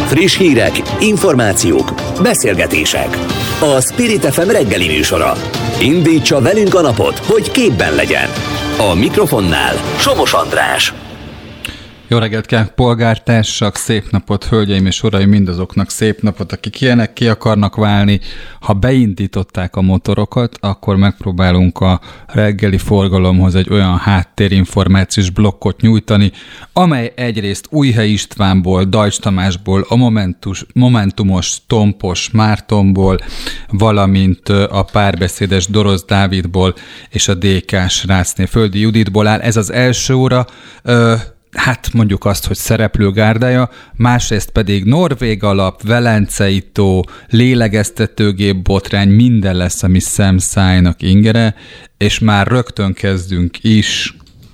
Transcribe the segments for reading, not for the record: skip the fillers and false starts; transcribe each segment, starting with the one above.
Friss hírek, információk, beszélgetések. A Spirit FM reggeli műsora. Indítsa velünk a napot, hogy képben legyen. A mikrofonnál Somos András. Jó reggelt kell, polgártársak, szép napot, hölgyeim és uraim, mindazoknak szép napot, akik ilyenek ki akarnak válni. Ha beindították a motorokat, akkor megpróbálunk a reggeli forgalomhoz egy olyan háttérinformációs blokkot nyújtani, amely egyrészt Újhely Istvánból, Dajcs Tamásból, a Momentumos Tompos Mártonból, valamint a párbeszédes Dorosz Dávidból és a DK-s Rácné Földi Juditból áll. Ez az első óra, hát mondjuk azt, hogy szereplőgárdája, másrészt pedig norvég alap, Velencei tó, lélegeztetőgép botrány, minden lesz, ami szemszájnak ingere, és már rögtön kezdünk is.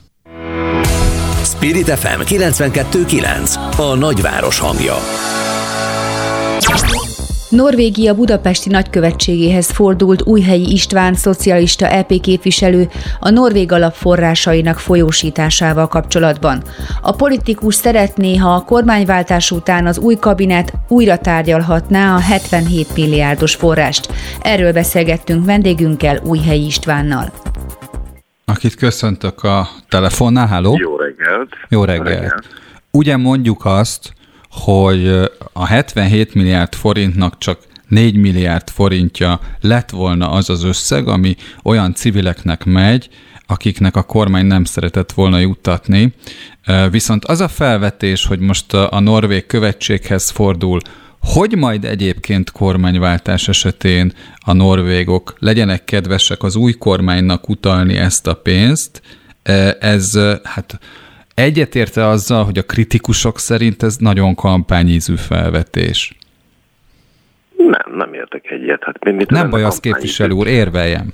Spirit FM 92.9, a nagyváros hangja. Norvégia budapesti nagykövetségéhez fordult Újhelyi István szocialista EP képviselő a norvég alap forrásainak folyósításával kapcsolatban. A politikus szeretné, ha a kormányváltás után az új kabinet újra tárgyalhatná a 77 milliárdos forrást. Erről beszélgettünk vendégünkkel, Újhelyi Istvánnal. Akit köszöntök a telefonnál, halló? Jó reggelt! Jó reggelt! Ugye mondjuk azt, hogy a 77 milliárd forintnak csak 4 milliárd forintja lett volna az az összeg, ami olyan civileknek megy, akiknek a kormány nem szeretett volna juttatni. Viszont az a felvetés, hogy most a norvég követséghez fordul, hogy majd egyébként kormányváltás esetén a norvégok legyenek kedvesek az új kormánynak utalni ezt a pénzt, ez hát egyetérte azzal, hogy a kritikusok szerint ez nagyon kampányízű felvetés? Nem értek egyet. Hát nem baj, az képviselő úr, érveljem.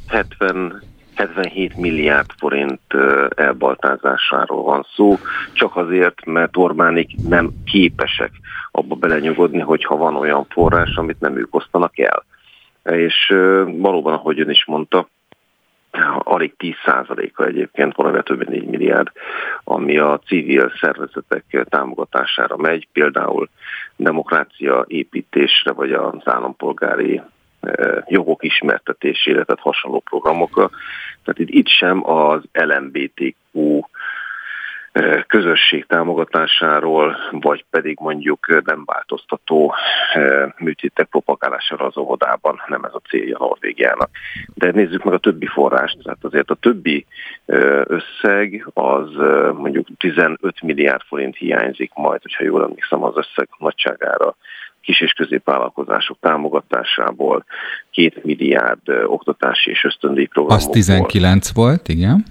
77 milliárd forint elbaltázásáról van szó, csak azért, mert Orbánik nem képesek abba belenyugodni, hogyha van olyan forrás, amit nem ők osztanak el. És valóban, ahogy ön is mondta, alig 10%-a egyébként, valamivel több mint 4 milliárd, ami a civil szervezetek támogatására megy, például demokrácia építésre, vagy az állampolgári jogok ismertetésére, tehát hasonló programokra. Tehát itt sem az LMBTQ közösség támogatásáról, vagy pedig mondjuk nem változtató műtétek propagálására az óvodában, nem ez a célja Norvégiának. De nézzük meg a többi forrást, tehát azért a többi összeg az mondjuk 15 milliárd forint hiányzik majd, hogyha jól emlékszem az összeg nagyságára, kis- és középvállalkozások támogatásából, 2 milliárd oktatási és ösztöndíj programokból. Az 19 volt, igen.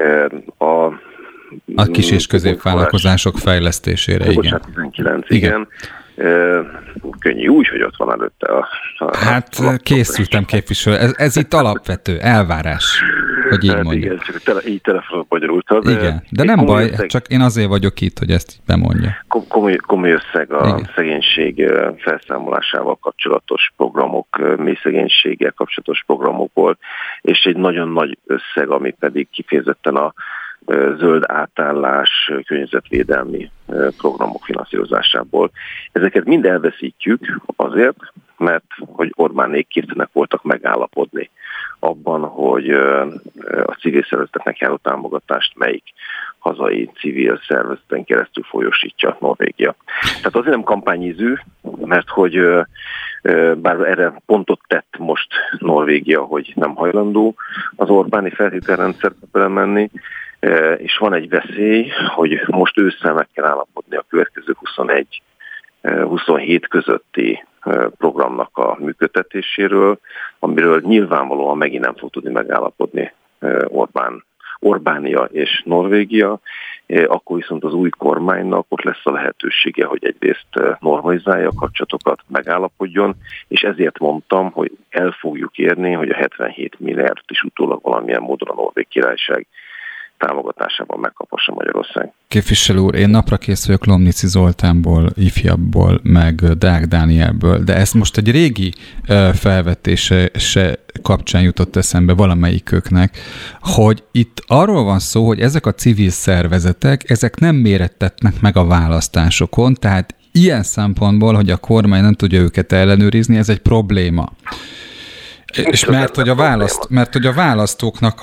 A kis- és középvállalkozások fejlesztésére, igen. Bocsánat, 19, igen. Könnyű úgy, hogy ott van előtte Hát készültem, képviselő. Ez itt alapvető elvárás, hogy így mondjuk. Igen, csak így telefonon magyarultad. Igen, de nem baj, összeg, csak én azért vagyok itt, hogy ezt bemondja. Komoly összeg a igen. Szegénység felszámolásával kapcsolatos programok, mély szegénységgel kapcsolatos programokból, és egy nagyon nagy összeg, ami pedig kifejezetten a zöld átállás, környezetvédelmi programok finanszírozásából. Ezeket mind elveszítjük azért, mert hogy Orbánék képtelenek voltak megállapodni abban, hogy a civil szervezeteknek járó támogatást melyik hazai civil szervezeten keresztül folyósítja Norvégia. Tehát azért nem kampányízű, mert hogy bár erre pontot tett most Norvégia, hogy nem hajlandó az Orbáni feltételrendszerbe belemenni, és van egy veszély, hogy most ősszel meg kell állapodni a következő 21-27 közötti programnak a működtetéséről, amiről nyilvánvalóan megint nem fog tudni megállapodni Orbánia és Norvégia, akkor viszont az új kormánynak ott lesz a lehetősége, hogy egyrészt normalizálja a kapcsolatokat, megállapodjon, és ezért mondtam, hogy el fogjuk érni, hogy a 77 milliárdot is utólag valamilyen módon a Norvég Királyság támogatásában megkaphassa Magyarország. Képviselő úr, én napra kész vagyok Lomnici Zoltánból, ifjabbból, meg Deák Dánielből, de ez most egy régi felvetése kapcsán jutott eszembe valamelyikőknek, hogy itt arról van szó, hogy ezek a civil szervezetek, ezek nem mérettetnek meg a választásokon, tehát ilyen szempontból, hogy a kormány nem tudja őket ellenőrizni, ez egy probléma. És mert hogy a választóknak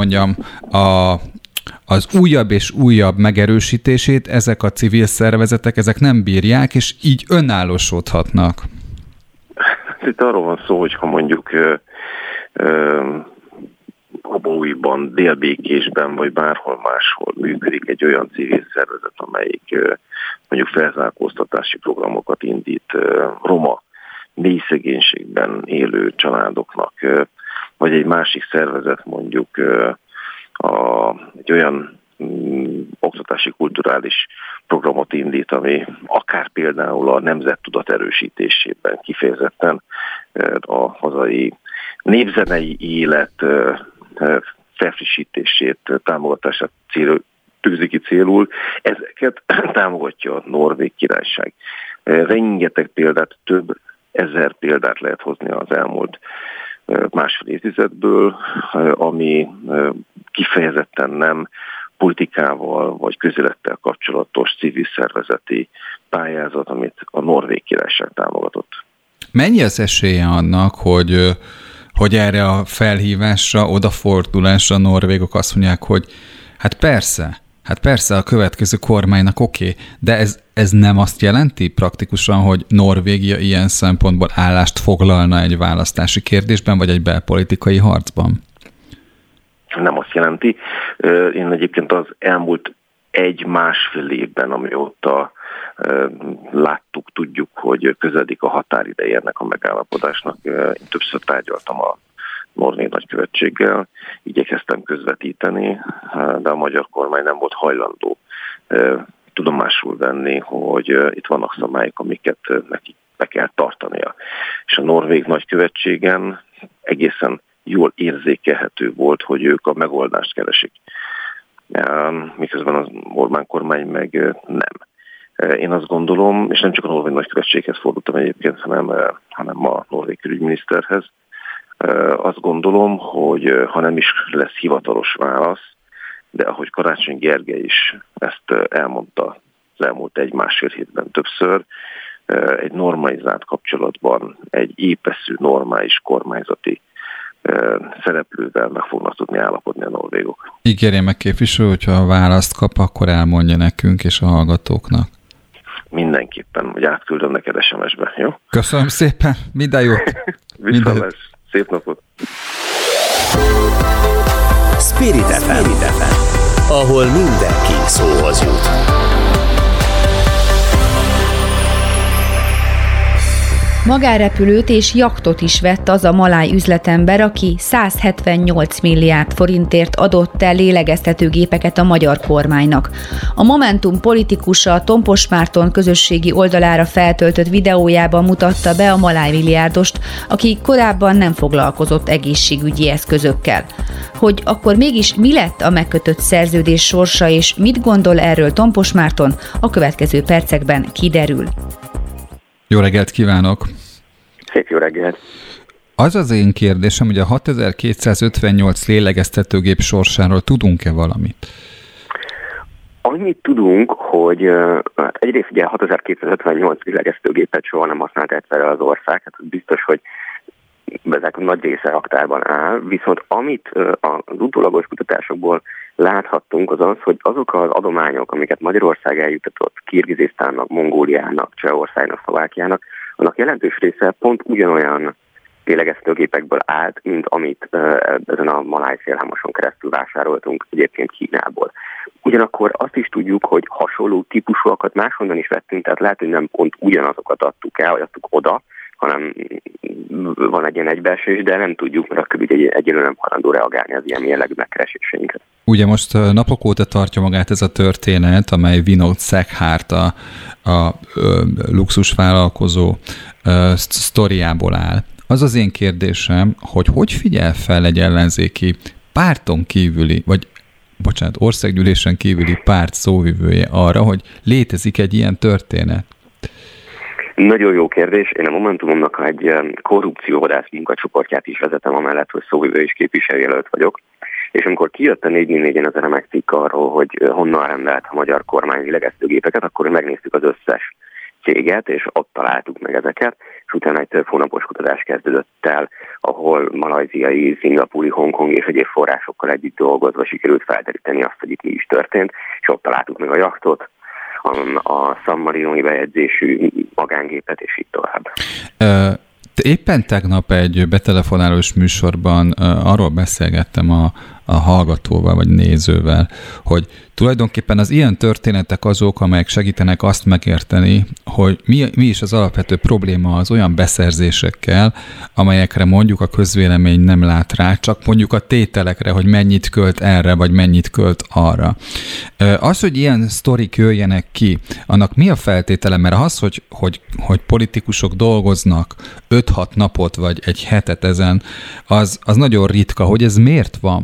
az újabb és újabb megerősítését ezek a civil szervezetek, ezek nem bírják, és így önállósodhatnak. Itt arról van szó, hogyha mondjuk Abaújban, Délbékésben, vagy bárhol máshol működik egy olyan civil szervezet, amelyik mondjuk felzárkóztatási programokat indít roma, mély szegénységben élő családoknak, vagy egy másik szervezet mondjuk egy olyan oktatási kulturális programot indít, ami akár például a nemzettudat erősítésében kifejezetten a hazai népzenei élet felfrissítését, támogatását tűzi ki célul. Ezeket támogatja a Norvég Királyság. Rengeteg példát, több ezer példát lehet hozni az elmúlt másfél évtizedből, ami kifejezetten nem politikával vagy közélettel kapcsolatos civil szervezeti pályázat, amit a Norvég Királyság támogatott. Mennyi az esélye annak, hogy erre a felhívásra, odafordulásra a norvégok azt mondják, hogy hát persze a következő kormánynak oké, de ez nem azt jelenti praktikusan, hogy Norvégia ilyen szempontból állást foglalna egy választási kérdésben, vagy egy belpolitikai harcban? Nem azt jelenti. Én egyébként az elmúlt 1-1,5 évben, amióta láttuk, tudjuk, hogy közeledik a határideje ennek a megállapodásnak. Én többször tárgyaltam a norvég nagykövetséggel, igyekeztem közvetíteni, de a magyar kormány nem volt hajlandó tudomásul venni, hogy itt vannak szabályok, amiket neki be kell tartania. És a norvég nagykövetségen egészen jól érzékelhető volt, hogy ők a megoldást keresik. Miközben az Orbán kormány meg nem. Én azt gondolom, és nem csak a norvég nagykövetséghez fordultam egyébként, hanem a norvég külügyminiszterhez, azt gondolom, hogy ha nem is lesz hivatalos válasz, de ahogy Karácsony Gergely is ezt elmondta az elmúlt 1-1,5 hétben többször, egy normalizált kapcsolatban egy épeszű, normális kormányzati szereplővel meg fognak tudni állapodni a norvégok. Ígérje meg, képviselő, hogyha választ kap, akkor elmondja nekünk és a hallgatóknak. Mindenképpen, hogy átküldöm neked SMS-be, jó? Köszönöm szépen, minden jót! Viszont szép napot! Spirit FM, ahol mindenki szóhoz jut. Magánrepülőt és jachtot is vett az a maláj üzletember, aki 178 milliárd forintért adott el lélegeztetőgépeket a magyar kormánynak. A Momentum politikusa Tompos Márton közösségi oldalára feltöltött videójában mutatta be a maláj milliárdost, aki korábban nem foglalkozott egészségügyi eszközökkel. Hogy akkor mégis mi lett a megkötött szerződés sorsa, és mit gondol erről Tompos Márton, a következő percekben kiderül. Jó reggelt kívánok! Szép jó reggelt! Az az én kérdésem, hogy a 6258 lélegeztetőgép sorsáról tudunk-e valamit? Annyit tudunk, hogy egyrészt ugye 6258 lélegeztetőgépet soha nem használt egyszerre az ország, hát biztos, hogy ezek nagy része raktárban áll, viszont amit az utólagos kutatásokból láthattunk, az az, hogy azok az adományok, amiket Magyarország eljutatott Kirgizisztánnak, Mongóliának, Csehországnak, Szlovákiának, annak jelentős része pont ugyanolyan lélegeztetőgépekből állt, mint amit ezen a maláj szélhámoson keresztül vásároltunk egyébként Kínából. Ugyanakkor azt is tudjuk, hogy hasonló típusúakat máshonnan is vettünk, tehát lehet, hogy nem pont ugyanazokat adtuk el, vagy adtuk oda, hanem van egy ilyen egybeesés, de nem tudjuk, mert a külügy egyelőre nem hajlandó reagálni az ilyen jellegű megkereséseinkre. Ugye most napok óta tartja magát ez a történet, amely Vinod Szekhárt a luxusvállalkozó sztoriából áll. Az az én kérdésem, hogy figyel fel egy ellenzéki párton kívüli, országgyűlésen kívüli párt szóvivője arra, hogy létezik egy ilyen történet? Nagyon jó kérdés. Én a Momentumomnak egy korrupcióvadász munkacsoportját is vezetem, amellett, hogy szóvivő és képviselőjelölt vagyok. És amikor kijött a 444-en az remek cikk arról, hogy honnan rendelt a magyar kormány lélegeztetőgépeket, akkor megnéztük az összes céget, és ott találtuk meg ezeket, és utána egy több hónapos kutatás kezdődött el, ahol malajziai, szingapúri, hongkongi és egyéb forrásokkal együtt dolgozva sikerült felderíteni azt, hogy itt mi is történt, és ott találtuk meg a jachtot, a San Marinói bejegyzésű magángépet, és így tovább. Éppen tegnap egy betelefonálós műsorban arról beszélgettem a hallgatóval vagy nézővel, hogy tulajdonképpen az ilyen történetek azok, amelyek segítenek azt megérteni, hogy mi is az alapvető probléma az olyan beszerzésekkel, amelyekre mondjuk a közvélemény nem lát rá, csak mondjuk a tételekre, hogy mennyit költ erre, vagy mennyit költ arra. Az, hogy ilyen sztorik jöjjenek ki, annak mi a feltétele? Mert az, hogy politikusok dolgoznak 5-6 napot, vagy egy hetet ezen, az nagyon ritka. Hogy ez miért van?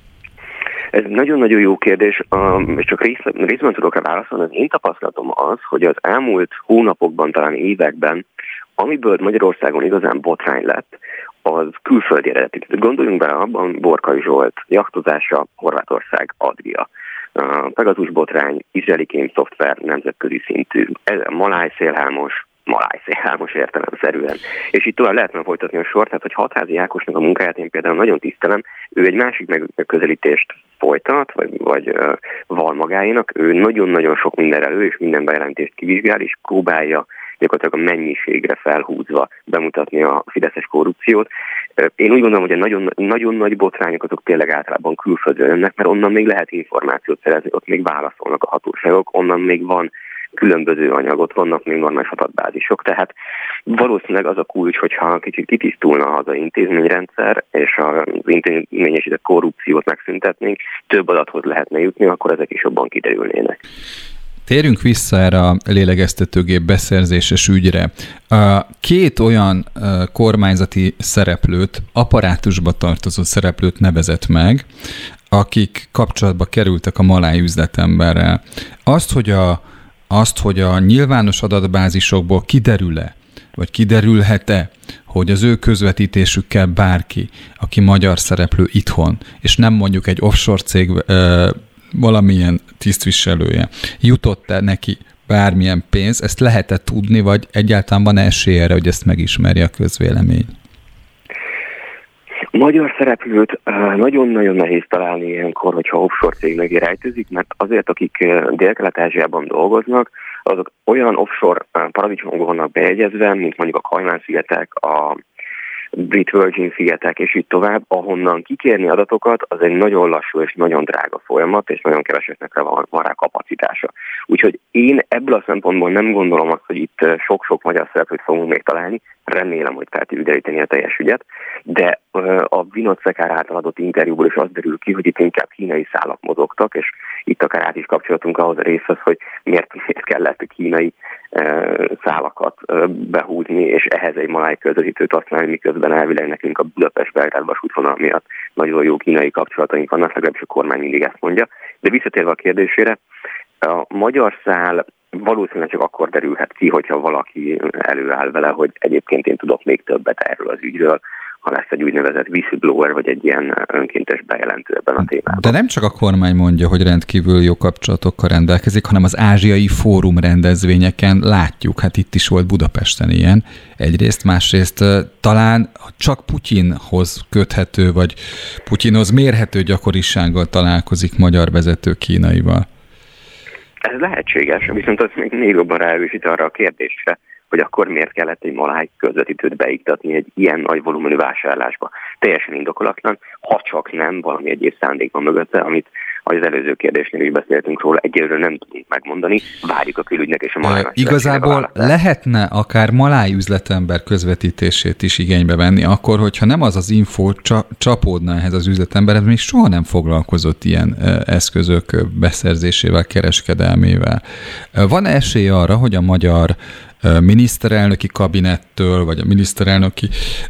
Ez nagyon-nagyon jó kérdés, és csak részben tudok rá válaszolni. Az én tapasztalatom az, hogy az elmúlt hónapokban, talán években, amiből Magyarországon igazán botrány lett, az külföldi eredetű. Gondoljunk bele abban, Borkai Zsolt jachtozása, Horvátország, Adria. Pegazus botrány, izraeli kémszoftver, nemzetközi szintű, maláj szélhámos értelemszerűen. És itt tovább lehetne folytatni a sort, tehát hogy Hatházi Ákosnak a munkáját én például nagyon tisztelem, ő egy másik megközelítést folytat, vagy val magáénak, ő nagyon-nagyon sok minden elő és minden bejelentést kivizsgál, és próbálja gyakorlatilag a mennyiségre felhúzva bemutatni a fideszes korrupciót. Én úgy gondolom, hogy a nagyon nagy botrányok azok tényleg általában külföldről jönnek, mert onnan még lehet információt szerezni, ott még válaszolnak a hatóságok, onnan még van különböző anyagot, vannak még normális adatbázisok, tehát valószínűleg az a kulcs, hogyha kicsit kitisztulna az intézményrendszer, és az intézményesített korrupciót megszüntetnénk, több adathoz lehetne jutni, akkor ezek is jobban kiderülnének. Térjünk vissza erre a lélegeztetőgép beszerzéses ügyre. Két olyan kormányzati szereplőt, apparátusba tartozó szereplőt nevezett meg, akik kapcsolatba kerültek a maláj üzletemberrel. Azt, hogy a nyilvános adatbázisokból kiderül-e, vagy kiderülhet-e, hogy az ő közvetítésükkel bárki, aki magyar szereplő itthon, és nem mondjuk egy offshore cég valamilyen tisztviselője, jutott-e neki bármilyen pénz, ezt lehet-e tudni, vagy egyáltalán van esélye erre, hogy ezt megismerje a közvélemény? Magyar szereplőt nagyon-nagyon nehéz találni ilyenkor, hogyha offshore cég mögé rejtőzik, mert azért, akik Dél-Kelet-Ázsiában dolgoznak, azok olyan offshore paradicsomokban vannak bejegyezve, mint mondjuk a Kajmán-szigetek, a Brit Virgin szigetek, és így tovább, ahonnan kikérni adatokat, az egy nagyon lassú és nagyon drága folyamat, és nagyon keveseknek van rá kapacitása. Úgyhogy én ebből a szempontból nem gondolom azt, hogy itt sok-sok magyar szereplőt fogunk még találni, remélem, hogy fel tudjuk deríteni a teljes ügyet, de a Vinod Szekár által adott interjúból is az derül ki, hogy itt inkább kínai szálak mozogtak, és itt akár át is kapcsolatunk ahhoz a részhez, hogy miért kellett kínai szálakat behúzni, és ehhez egy maláj közvetítőt használni, miközben elvileg nekünk a Budapest-Belgrád vasútvonal miatt nagyon jó kínai kapcsolataink vannak, legalábbis a kormány mindig ezt mondja. De visszatérve a kérdésére, a magyar szál valószínűleg csak akkor derülhet ki, hogyha valaki előáll vele, hogy egyébként én tudok még többet erről az ügyről, ha lesz egy úgynevezett whistleblower, vagy egy ilyen önkéntes bejelentő ebben a témában. De nem csak a kormány mondja, hogy rendkívül jó kapcsolatokkal rendelkezik, hanem az ázsiai fórum rendezvényeken látjuk, hát itt is volt Budapesten ilyen egyrészt, másrészt talán csak Putyinhoz köthető, vagy Putyinhoz mérhető gyakorisággal találkozik magyar vezető kínaival. Ez lehetséges, viszont az még jobban ráerősít arra a kérdésre, hogy akkor miért kellett egy maláj közvetítőt beiktatni egy ilyen nagy volumenű vásárlásba. Teljesen indokolatlan, ha csak nem valami egyéb szándék van mögötte, amit az előző kérdésnél is beszéltünk róla, egyelőre nem tudunk megmondani, várjuk a külügynek és a maláj. Igazából lehetne akár maláj üzletember közvetítését is igénybe venni, akkor, hogyha nem az az info csapódna ehhez az üzletemberhez, még soha nem foglalkozott ilyen eszközök beszerzésével, kereskedelmével. Van esély arra, hogy a magyar miniszterelnöki kabinettől, vagy a miniszterelnöki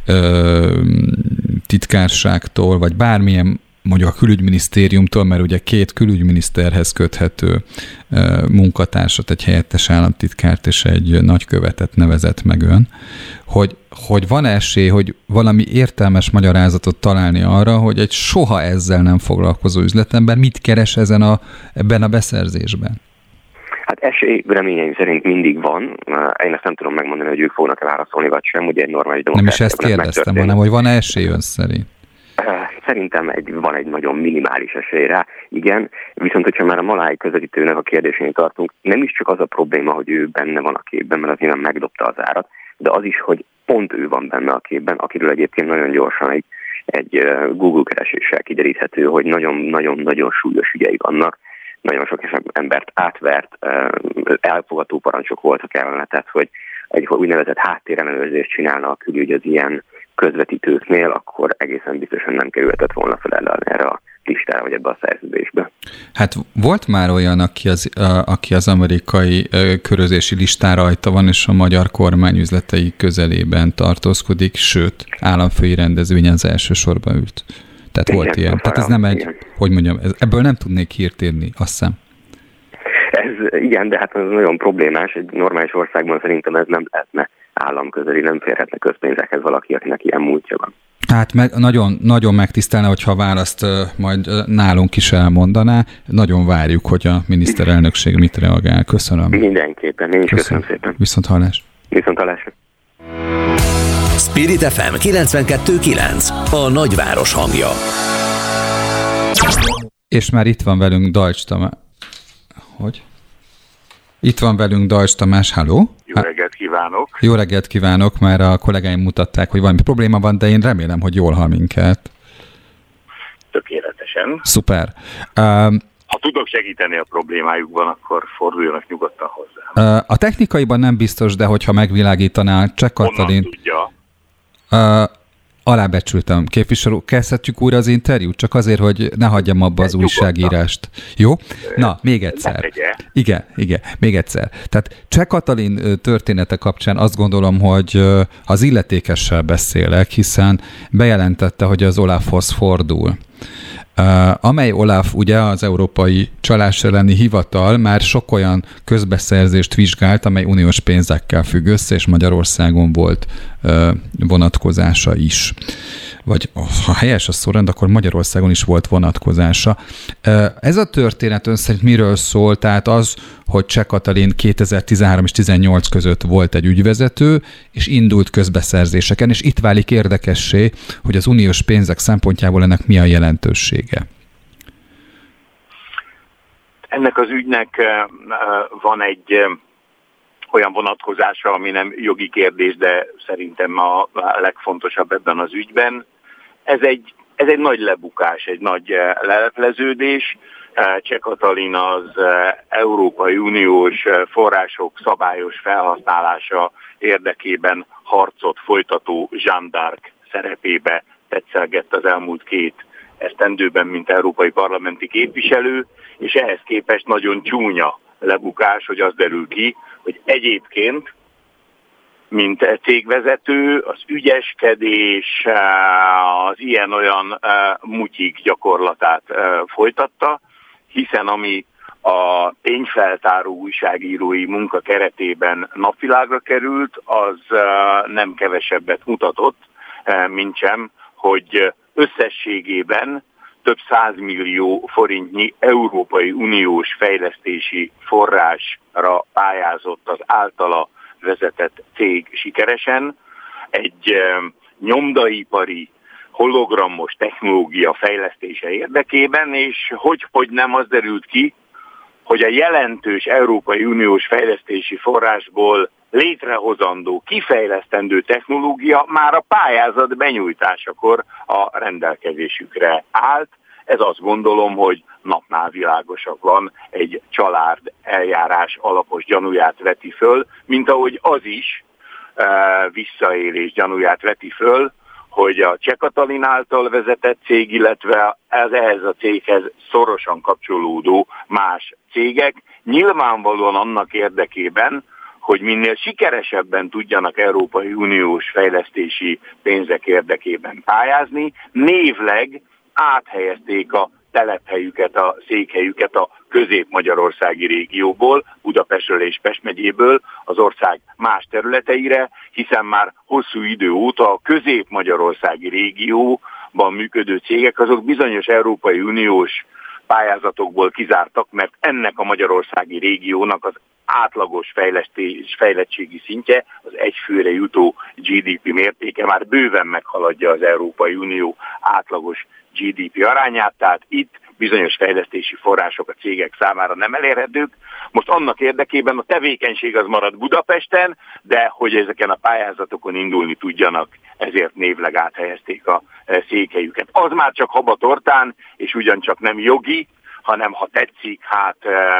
titkárságtól, vagy bármilyen, mondjuk a külügyminisztériumtól, mert ugye két külügyminiszterhez köthető munkatársat, egy helyettes államtitkárt és egy nagykövetet nevezett meg ön, hogy van esély, hogy valami értelmes magyarázatot találni arra, hogy egy soha ezzel nem foglalkozó üzletember mit keres ebben a beszerzésben? Hát esély reményeim szerint mindig van. Én ezt nem tudom megmondani, hogy ők fognak-e válaszolni, vagy sem. Ugye egy normális demokráciában. Nem is ezt kérdeztem, hanem hogy van-e esély ön szerint? Szerintem van egy nagyon minimális esély rá, igen. Viszont, hogyha már a Malái közvetítőnek a kérdésén tartunk, nem is csak az a probléma, hogy ő benne van a képben, mert az nyilván megdobta az árat, de az is, hogy pont ő van benne a képben, akiről egyébként nagyon gyorsan egy Google kereséssel kideríthető, hogy nagyon-nagyon súlyos ügyei vannak. Nagyon sok embert átvert, elfogató parancsok voltak ellene, tehát hogy egy úgynevezett háttérellenőrzést csinálna a külügy az ilyen közvetítőknél, akkor egészen biztosan nem kerülhetett volna fel erre a listára, vagy ebbe a szerződésbe. Hát volt már olyan, aki az amerikai körözési listán rajta van, és a magyar kormány üzletei közelében tartózkodik, sőt, államfői rendezvényen az első sorban ült. Tehát igen, volt ilyen. Tehát ez nem egy, hogy mondjam, ebből nem tudnék hírt írni, azt hiszem. Ez igen, de hát ez nagyon problémás. Egy normális országban szerintem ez nem lehetne államközeli, nem férhetne közpénzekhez valaki, akinek ilyen múltja van. Hát nagyon megtisztelne, hogyha a választ majd nálunk is elmondaná. Nagyon várjuk, hogy a miniszterelnökség mit reagál. Köszönöm. Mindenképpen, én is köszönöm szépen. Viszont hallás. Viszont hallásra. Spirit FM 92.9, a nagyváros hangja. És már itt van velünk Deutsch Tamás. Hogy? Itt van velünk Deutsch Tamás, halló? Jó reggelt kívánok! Jó reggelt kívánok, mert a kollégáim mutatták, hogy valami probléma van, de én remélem, hogy jól hall minket. Tökéletesen. Szuper. Ha tudok segíteni a problémájukban, akkor forduljanak nyugodtan hozzá. A technikaiban nem biztos, de hogyha megvilágítanál, Cseh Katalin... Honnan tudja? Alábecsültem. Képviselő, kezdhetjük újra az interjút? Csak azért, hogy ne hagyjam abba az újságírást. Jó? Na, még egyszer. Igen, még egyszer. Tehát Cseh Katalin története kapcsán azt gondolom, hogy az illetékessel beszélek, hiszen bejelentette, hogy az Olafhoz fordul. Amely Olaf, ugye az Európai Csalás elleni Hivatal már sok olyan közbeszerzést vizsgált, amely uniós pénzekkel függ össze, és Magyarországon volt vonatkozása is. Vagy ha helyes a szórend, akkor Magyarországon is volt vonatkozása. Ez a történet ön szerint miről szól? Tehát az, hogy Cseh Katalin 2013 és 2018 között volt egy ügyvezető, és indult közbeszerzéseken, és itt válik érdekessé, hogy az uniós pénzek szempontjából ennek mi a jelentősége. Ennek az ügynek van egy olyan vonatkozása, ami nem jogi kérdés, de szerintem a legfontosabb ebben az ügyben. Ez egy nagy lebukás, egy nagy lelepleződés. Cseh Katalin az Európai Uniós források szabályos felhasználása érdekében harcot folytató Jeanne d'Arc szerepébe tetszelgett az elmúlt 2 esztendőben, mint európai parlamenti képviselő, és ehhez képest nagyon csúnya lebukás, hogy az derül ki, hogy egyébként, mint cégvezető, az ügyeskedés, az ilyen-olyan mutyik gyakorlatát folytatta, hiszen ami a tényfeltáró újságírói munka keretében napvilágra került, az nem kevesebbet mutatott, mintsem, hogy összességében több 100 millió forintnyi Európai Uniós fejlesztési forrásra pályázott az általa vezetett cég sikeresen. Egy nyomdaipari hologramos technológia fejlesztése érdekében, és hogy nem az derült ki, hogy a jelentős Európai Uniós fejlesztési forrásból létrehozandó, kifejlesztendő technológia már a pályázat benyújtásakor a rendelkezésükre állt. Ez azt gondolom, hogy napnál világosabban egy család eljárás alapos gyanúját veti föl, mint ahogy az is visszaélés gyanúját veti föl, hogy a Cseh Katalin által vezetett cég, illetve ehhez a céghez szorosan kapcsolódó más cégek nyilvánvalóan annak érdekében, hogy minél sikeresebben tudjanak Európai Uniós fejlesztési pénzek érdekében pályázni, névleg áthelyezték a telephelyüket, a székhelyüket a közép-magyarországi régióból, Budapestről és Pest megyéből az ország más területeire, hiszen már hosszú idő óta a közép-magyarországi régióban működő cégek azok bizonyos Európai Uniós pályázatokból kizártak, mert ennek a magyarországi régiónak az átlagos fejlettségi szintje, az egyfőre jutó GDP mértéke már bőven meghaladja az Európai Unió átlagos GDP arányát, tehát itt bizonyos fejlesztési források a cégek számára nem elérhetők. Most annak érdekében a tevékenység az marad Budapesten, de hogy ezeken a pályázatokon indulni tudjanak, ezért névleg áthelyezték a székhelyüket. Az már csak habatortán, és ugyancsak nem jogi, hanem ha tetszik, hát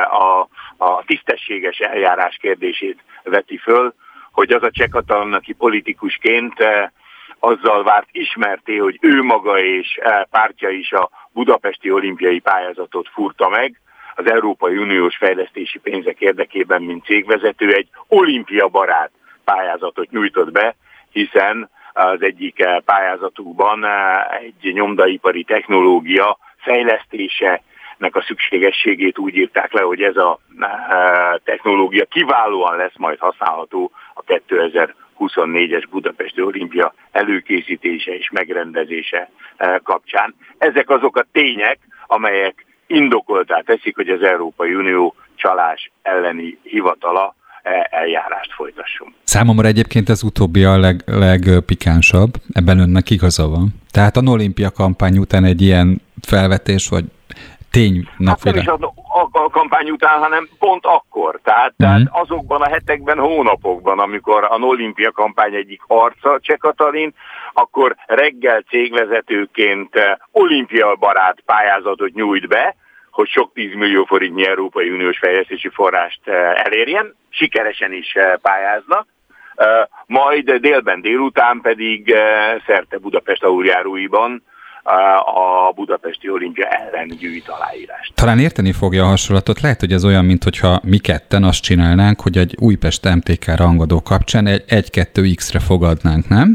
a tisztességes eljárás kérdését veti föl, hogy az a Cseh-Katalin, aki politikusként azzal várt ismerté, hogy ő maga és pártja is a budapesti olimpiai pályázatot fúrta meg, az Európai Uniós fejlesztési pénzek érdekében, mint cégvezető egy olimpiabarát pályázatot nyújtott be, hiszen az egyik pályázatukban egy nyomdaipari technológia fejlesztése a szükségességét úgy írták le, hogy ez a technológia kiválóan lesz majd használható a 2024-es Budapesti Olimpia előkészítése és megrendezése kapcsán. Ezek azok a tények, amelyek indokoltá teszik, hogy az Európai Unió csalás elleni hivatala eljárást folytasson. Számomra egyébként az utóbbi a legpikánsabb, ebben önnek igaza van. Tehát a Olimpia kampány után egy ilyen felvetés, vagy tény napféle. Hát nem is a kampány után, hanem pont akkor. Tehát azokban a hetekben, hónapokban, amikor a Olimpia kampány egyik arca Cseh-Katalin, akkor reggel cégvezetőként olimpiabarát pályázatot nyújt be, hogy sok 10 millió forintnyi Európai Uniós fejlesztési forrást elérjen, sikeresen is pályáznak, majd délután pedig szerte Budapest aluljáróiban a budapesti olimpia ellen gyűjt aláírást. Talán érteni fogja a hasonlatot, lehet, hogy ez olyan, mintha mi ketten azt csinálnánk, hogy egy Újpest MTK rangadó kapcsán egy 1-2X-re fogadnánk, nem?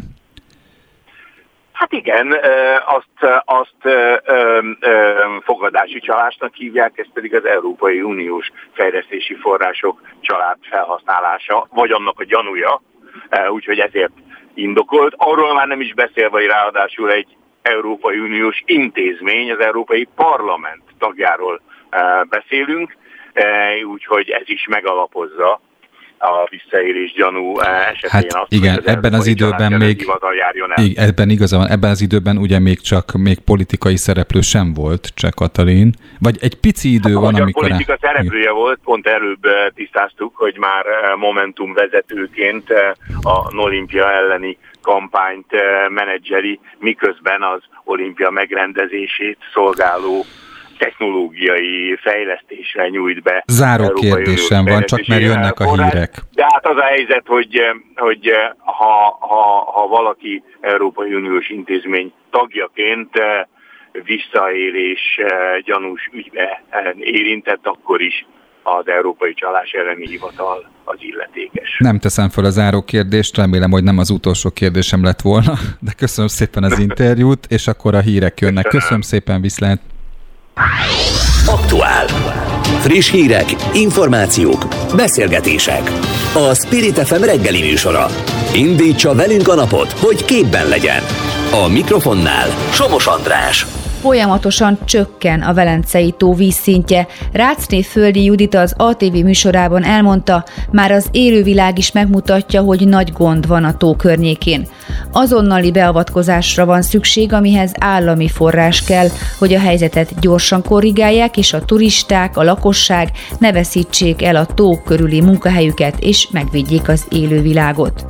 Hát igen, azt fogadási csalásnak hívják, ez pedig az Európai Uniós fejlesztési források család felhasználása, vagy annak a gyanúja, úgyhogy ezért indokolt. Arról már nem is beszélve, hogy ráadásul egy Európai Uniós intézmény, az Európai Parlament tagjáról beszélünk, úgyhogy ez is megalapozza a visszaélés gyanú esetén hát azt, igen, hogy ebben az időben még ebben igaza van, ebben az időben ugye még politikai szereplő sem volt Cseh-Katalin, vagy egy pici idő van, amikor... A politika szereplője volt, pont előbb tisztáztuk, hogy már Momentum vezetőként a Olimpia elleni kampányt menedzseli, miközben az olimpia megrendezését szolgáló technológiai fejlesztésre nyújt be. Záró kérdésem van, csak mert jönnek a hírek. De hát az a helyzet, hogy ha valaki Európai Uniós intézmény tagjaként visszaélés gyanús ügybe érintett, akkor is az Európai Csalás elleni hivatal az illetékes. Nem teszem fel a záró kérdést, remélem, hogy nem az utolsó kérdésem lett volna, de köszönöm szépen az interjút, és akkor a hírek jönnek. Köszönöm szépen, viszlát! Aktuál. Friss hírek, információk, beszélgetések. A Spirit FM reggeli műsora. Indítsa velünk a napot, hogy képben legyen. A mikrofonnál Somos András. Folyamatosan csökken a Velencei tó vízszintje. Ráczné Földi Judit az ATV műsorában elmondta, már az élővilág is megmutatja, hogy nagy gond van a tó környékén. Azonnali beavatkozásra van szükség, amihez állami forrás kell, hogy a helyzetet gyorsan korrigálják, és a turisták, a lakosság ne veszítsék el a tó körüli munkahelyüket, és megvédjék az élővilágot.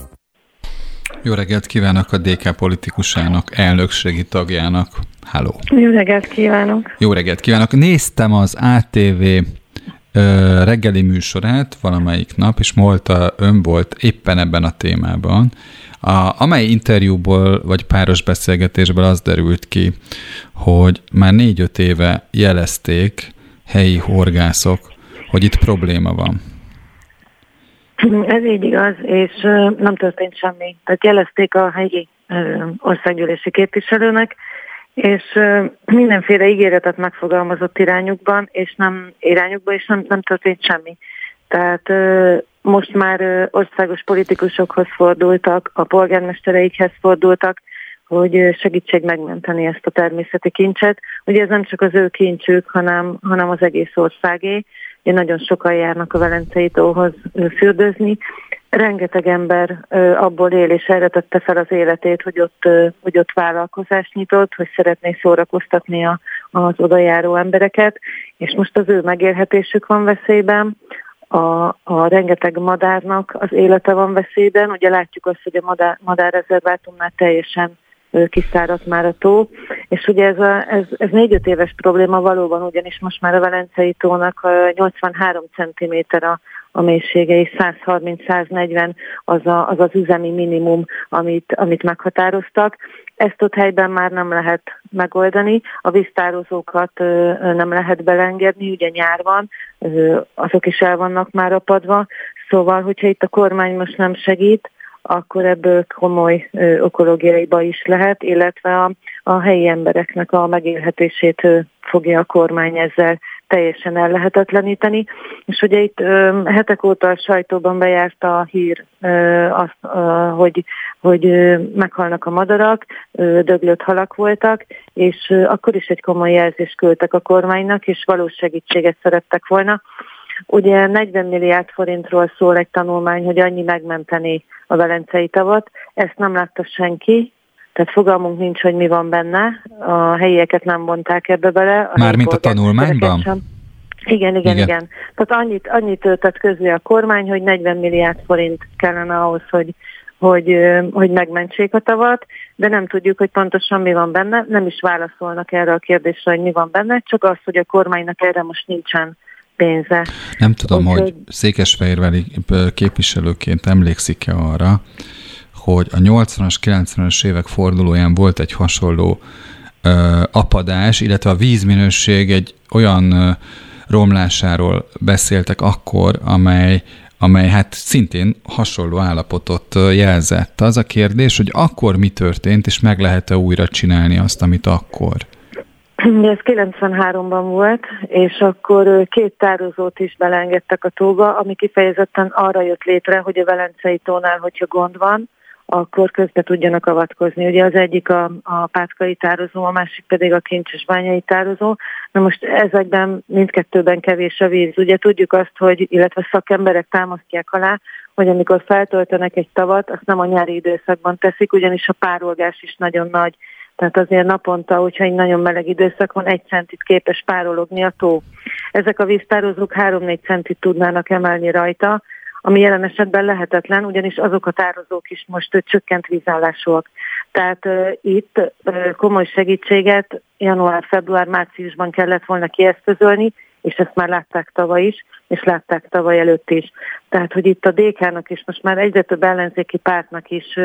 Jó reggelt kívánok a DK politikusának, elnökségi tagjának. Halló. Jó reggelt kívánok. Jó reggelt kívánok. Néztem az ATV reggeli műsorát valamelyik nap, és ön volt éppen ebben a témában, amely interjúból vagy páros beszélgetésből az derült ki, hogy már 4-5 éve jelezték helyi horgászok, hogy itt probléma van. Ez így igaz, és nem történt semmi. Tehát jelezték a helyi országgyűlési képviselőnek, és mindenféle ígéretet megfogalmazott irányukban, és nem történt semmi. Tehát most már országos politikusokhoz fordultak, a polgármestereikhez fordultak, hogy segítség megmenteni ezt a természeti kincset. Ugye ez nem csak az ő kincsük, hanem az egész országé, nagyon sokan járnak a Velencei tóhoz fürdőzni. Rengeteg ember abból él, és erre tette fel az életét, hogy ott vállalkozást nyitott, hogy szeretné szórakoztatni az odajáró embereket, és most az ő megélhetésük van veszélyben, a rengeteg madárnak az élete van veszélyben. Ugye látjuk azt, hogy a madárrezervátumnál teljesen kiszáradt már a tó, és ugye ez 4-5 éves probléma valóban, ugyanis most már a Velencei tónak 83 cm a mélysége, és 130-140 az üzemi minimum, amit meghatároztak. Ezt ott helyben már nem lehet megoldani, a víztározókat nem lehet belengedni, ugye nyár van, azok is el vannak már apadva, szóval, hogyha itt a kormány most nem segít, akkor ebből komoly ökológiai baj is lehet, illetve a helyi embereknek a megélhetését fogja a kormány ezzel teljesen ellehetetleníteni. És ugye itt hetek óta a sajtóban bejárt a hír, hogy meghalnak a madarak, döglött halak voltak, és akkor is egy komoly jelzést küldtek a kormánynak, és valós segítséget szerettek volna. Ugye 40 milliárd forintról szól egy tanulmány, hogy annyi megmenteni a Velencei tavat. Ezt nem látta senki, tehát fogalmunk nincs, hogy mi van benne. A helyieket nem vonták ebbe bele. Mármint a tanulmányban? Igen. Tehát annyit tett közé a kormány, hogy 40 milliárd forint kellene ahhoz, hogy megmentsék a tavat, de nem tudjuk, hogy pontosan mi van benne. Nem is válaszolnak erre a kérdésre, hogy mi van benne, csak az, hogy a kormánynak erre most nincsen pénze. Nem tudom, hogy székesfehérvári képviselőként emlékszik-e arra, hogy a 80-as, 90-es évek fordulóján volt egy hasonló apadás, illetve a vízminőség egy olyan romlásáról beszéltek akkor, amely hát szintén hasonló állapotot jelzett. Az a kérdés, hogy akkor mi történt, és meg lehet-e újra csinálni azt, amit akkor? Ez 93-ban volt, és akkor 2 tározót is belengedtek a tóba, ami kifejezetten arra jött létre, hogy a Velencei tónál, hogyha gond van, akkor közbe tudjanak avatkozni. Ugye az egyik a Pátkai tározó, a másik pedig a Kincsesbányai tározó. Na most ezekben mindkettőben kevés a víz. Ugye tudjuk azt, illetve szakemberek támasztják alá, hogy amikor feltöltenek egy tavat, azt nem a nyári időszakban teszik, ugyanis a párolgás is nagyon nagy. Tehát azért naponta, hogyha egy nagyon meleg időszak van, 1 centit képes párologni a tó. Ezek a víztározók 3-4 centit tudnának emelni rajta, ami jelen esetben lehetetlen, ugyanis azok a tározók is most csökkent vízállásúak. Tehát itt komoly segítséget január, február, márciusban kellett volna kieszközölni, és ezt már látták tavaly is, és látták tavaly előtt is. Tehát, hogy itt a DK-nak is, most már egyre több ellenzéki pártnak is,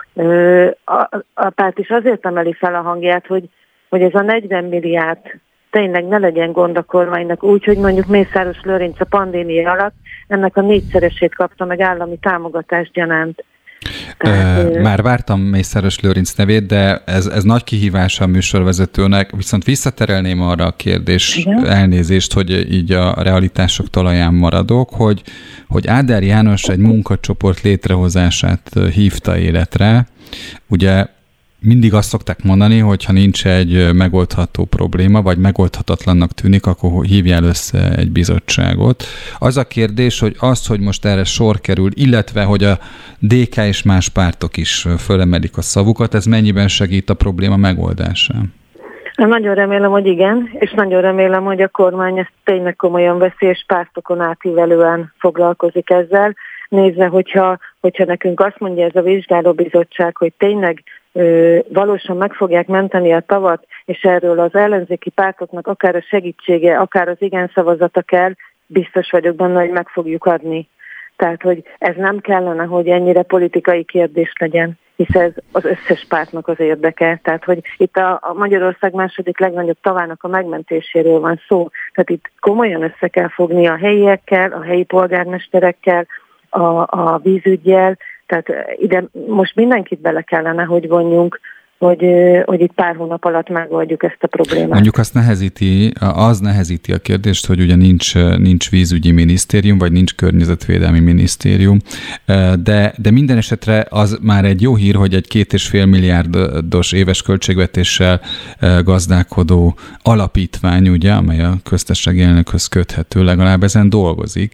a párt is azért emeli fel a hangját, hogy ez a 40 milliárd tényleg ne legyen gond a kormánynak úgy, hogy mondjuk Mészáros Lőrinc a pandémia alatt ennek a 4-szeresét kapta meg állami támogatást gyanánt. Már vártam Mészáros Lőrinc nevét, de ez nagy kihívás a műsorvezetőnek, viszont visszaterelném arra a kérdés, elnézést, hogy így a realitások talaján maradok, hogy Áder János egy munkacsoport létrehozását hívta életre. Ugye mindig azt szokták mondani, hogy ha nincs egy megoldható probléma, vagy megoldhatatlannak tűnik, akkor hívjál össze egy bizottságot. Az a kérdés, hogy most erre sor kerül, illetve hogy a DK és más pártok is fölemelik a szavukat, ez mennyiben segít a probléma megoldásán? Nagyon remélem, hogy igen, és nagyon remélem, hogy a kormány ezt tényleg komolyan veszi, és pártokon átívelően foglalkozik ezzel. Nézve, hogyha nekünk azt mondja ez a vizsgálóbizottság, hogy tényleg valósan meg fogják menteni a tavat, és erről az ellenzéki pártoknak akár a segítsége, akár az igen szavazata kell, biztos vagyok benne, hogy meg fogjuk adni. Tehát, hogy ez nem kellene, hogy ennyire politikai kérdés legyen, hisz ez az összes pártnak az érdeke. Tehát, hogy itt a Magyarország második legnagyobb tavának a megmentéséről van szó. Tehát itt komolyan össze kell fogni a helyiekkel, a helyi polgármesterekkel, a vízüggyel, tehát ide most mindenkit bele kellene, hogy vonjunk, hogy itt pár hónap alatt megoldjuk ezt a problémát. Mondjuk az nehezíti a kérdést, hogy ugye nincs vízügyi minisztérium, vagy nincs környezetvédelmi minisztérium, de minden esetre az már egy jó hír, hogy egy 2,5 milliárdos éves költségvetéssel gazdálkodó alapítvány, ugye, amely a köztársasági elnökhöz köthető, legalább ezen dolgozik.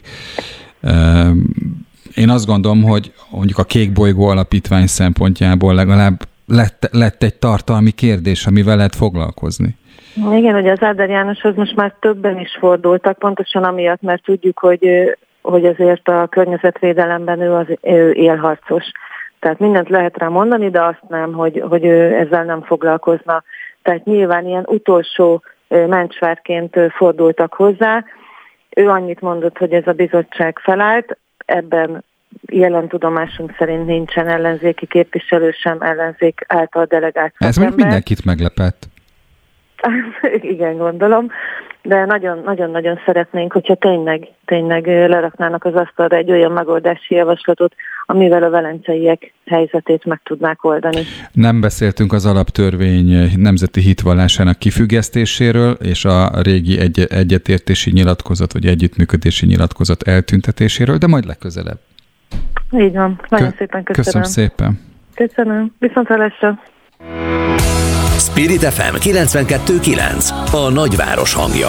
Én azt gondolom, hogy mondjuk a Kék Bolygó alapítvány szempontjából legalább lett egy tartalmi kérdés, amivel lehet foglalkozni. Igen, hogy az Áder Jánoshoz most már többen is fordultak, pontosan amiatt, mert tudjuk, hogy azért a környezetvédelemben ő élharcos. Tehát mindent lehet rá mondani, de azt nem, hogy ő ezzel nem foglalkozna. Tehát nyilván ilyen utolsó mencsvárként fordultak hozzá. Ő annyit mondott, hogy ez a bizottság felállt, ebben jelen tudomásunk szerint nincsen ellenzéki képviselő sem, ellenzék által delegált szakember. Ez mondjuk mindenkit meglepett. Igen, gondolom, de nagyon-nagyon szeretnénk, hogyha tényleg leraknának az asztalra egy olyan megoldási javaslatot, amivel a velenceiek helyzetét meg tudnák oldani. Nem beszéltünk az alaptörvény nemzeti hitvallásának kifüggesztéséről, és a régi egyetértési nyilatkozat, vagy együttműködési nyilatkozat eltüntetéséről, de majd legközelebb. Így van. Nagyon szépen köszönöm. Köszönöm szépen. Köszönöm. Viszontlátásra. Spirit FM 92.9. A nagyváros hangja.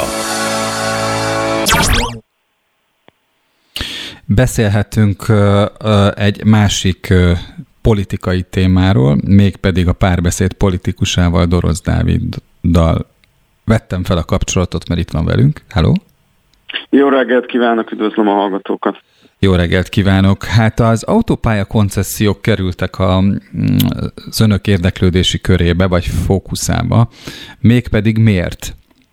Beszélhetünk egy másik politikai témáról, mégpedig a Párbeszéd politikusával, Dorosz Dáviddal. Vettem fel a kapcsolatot, mert itt van velünk. Halló? Jó reggelt kívánok, üdvözlöm a hallgatókat. Jó reggelt kívánok! Hát az autópálya koncesziók kerültek az önök érdeklődési körébe, vagy fókuszába, mégpedig miért?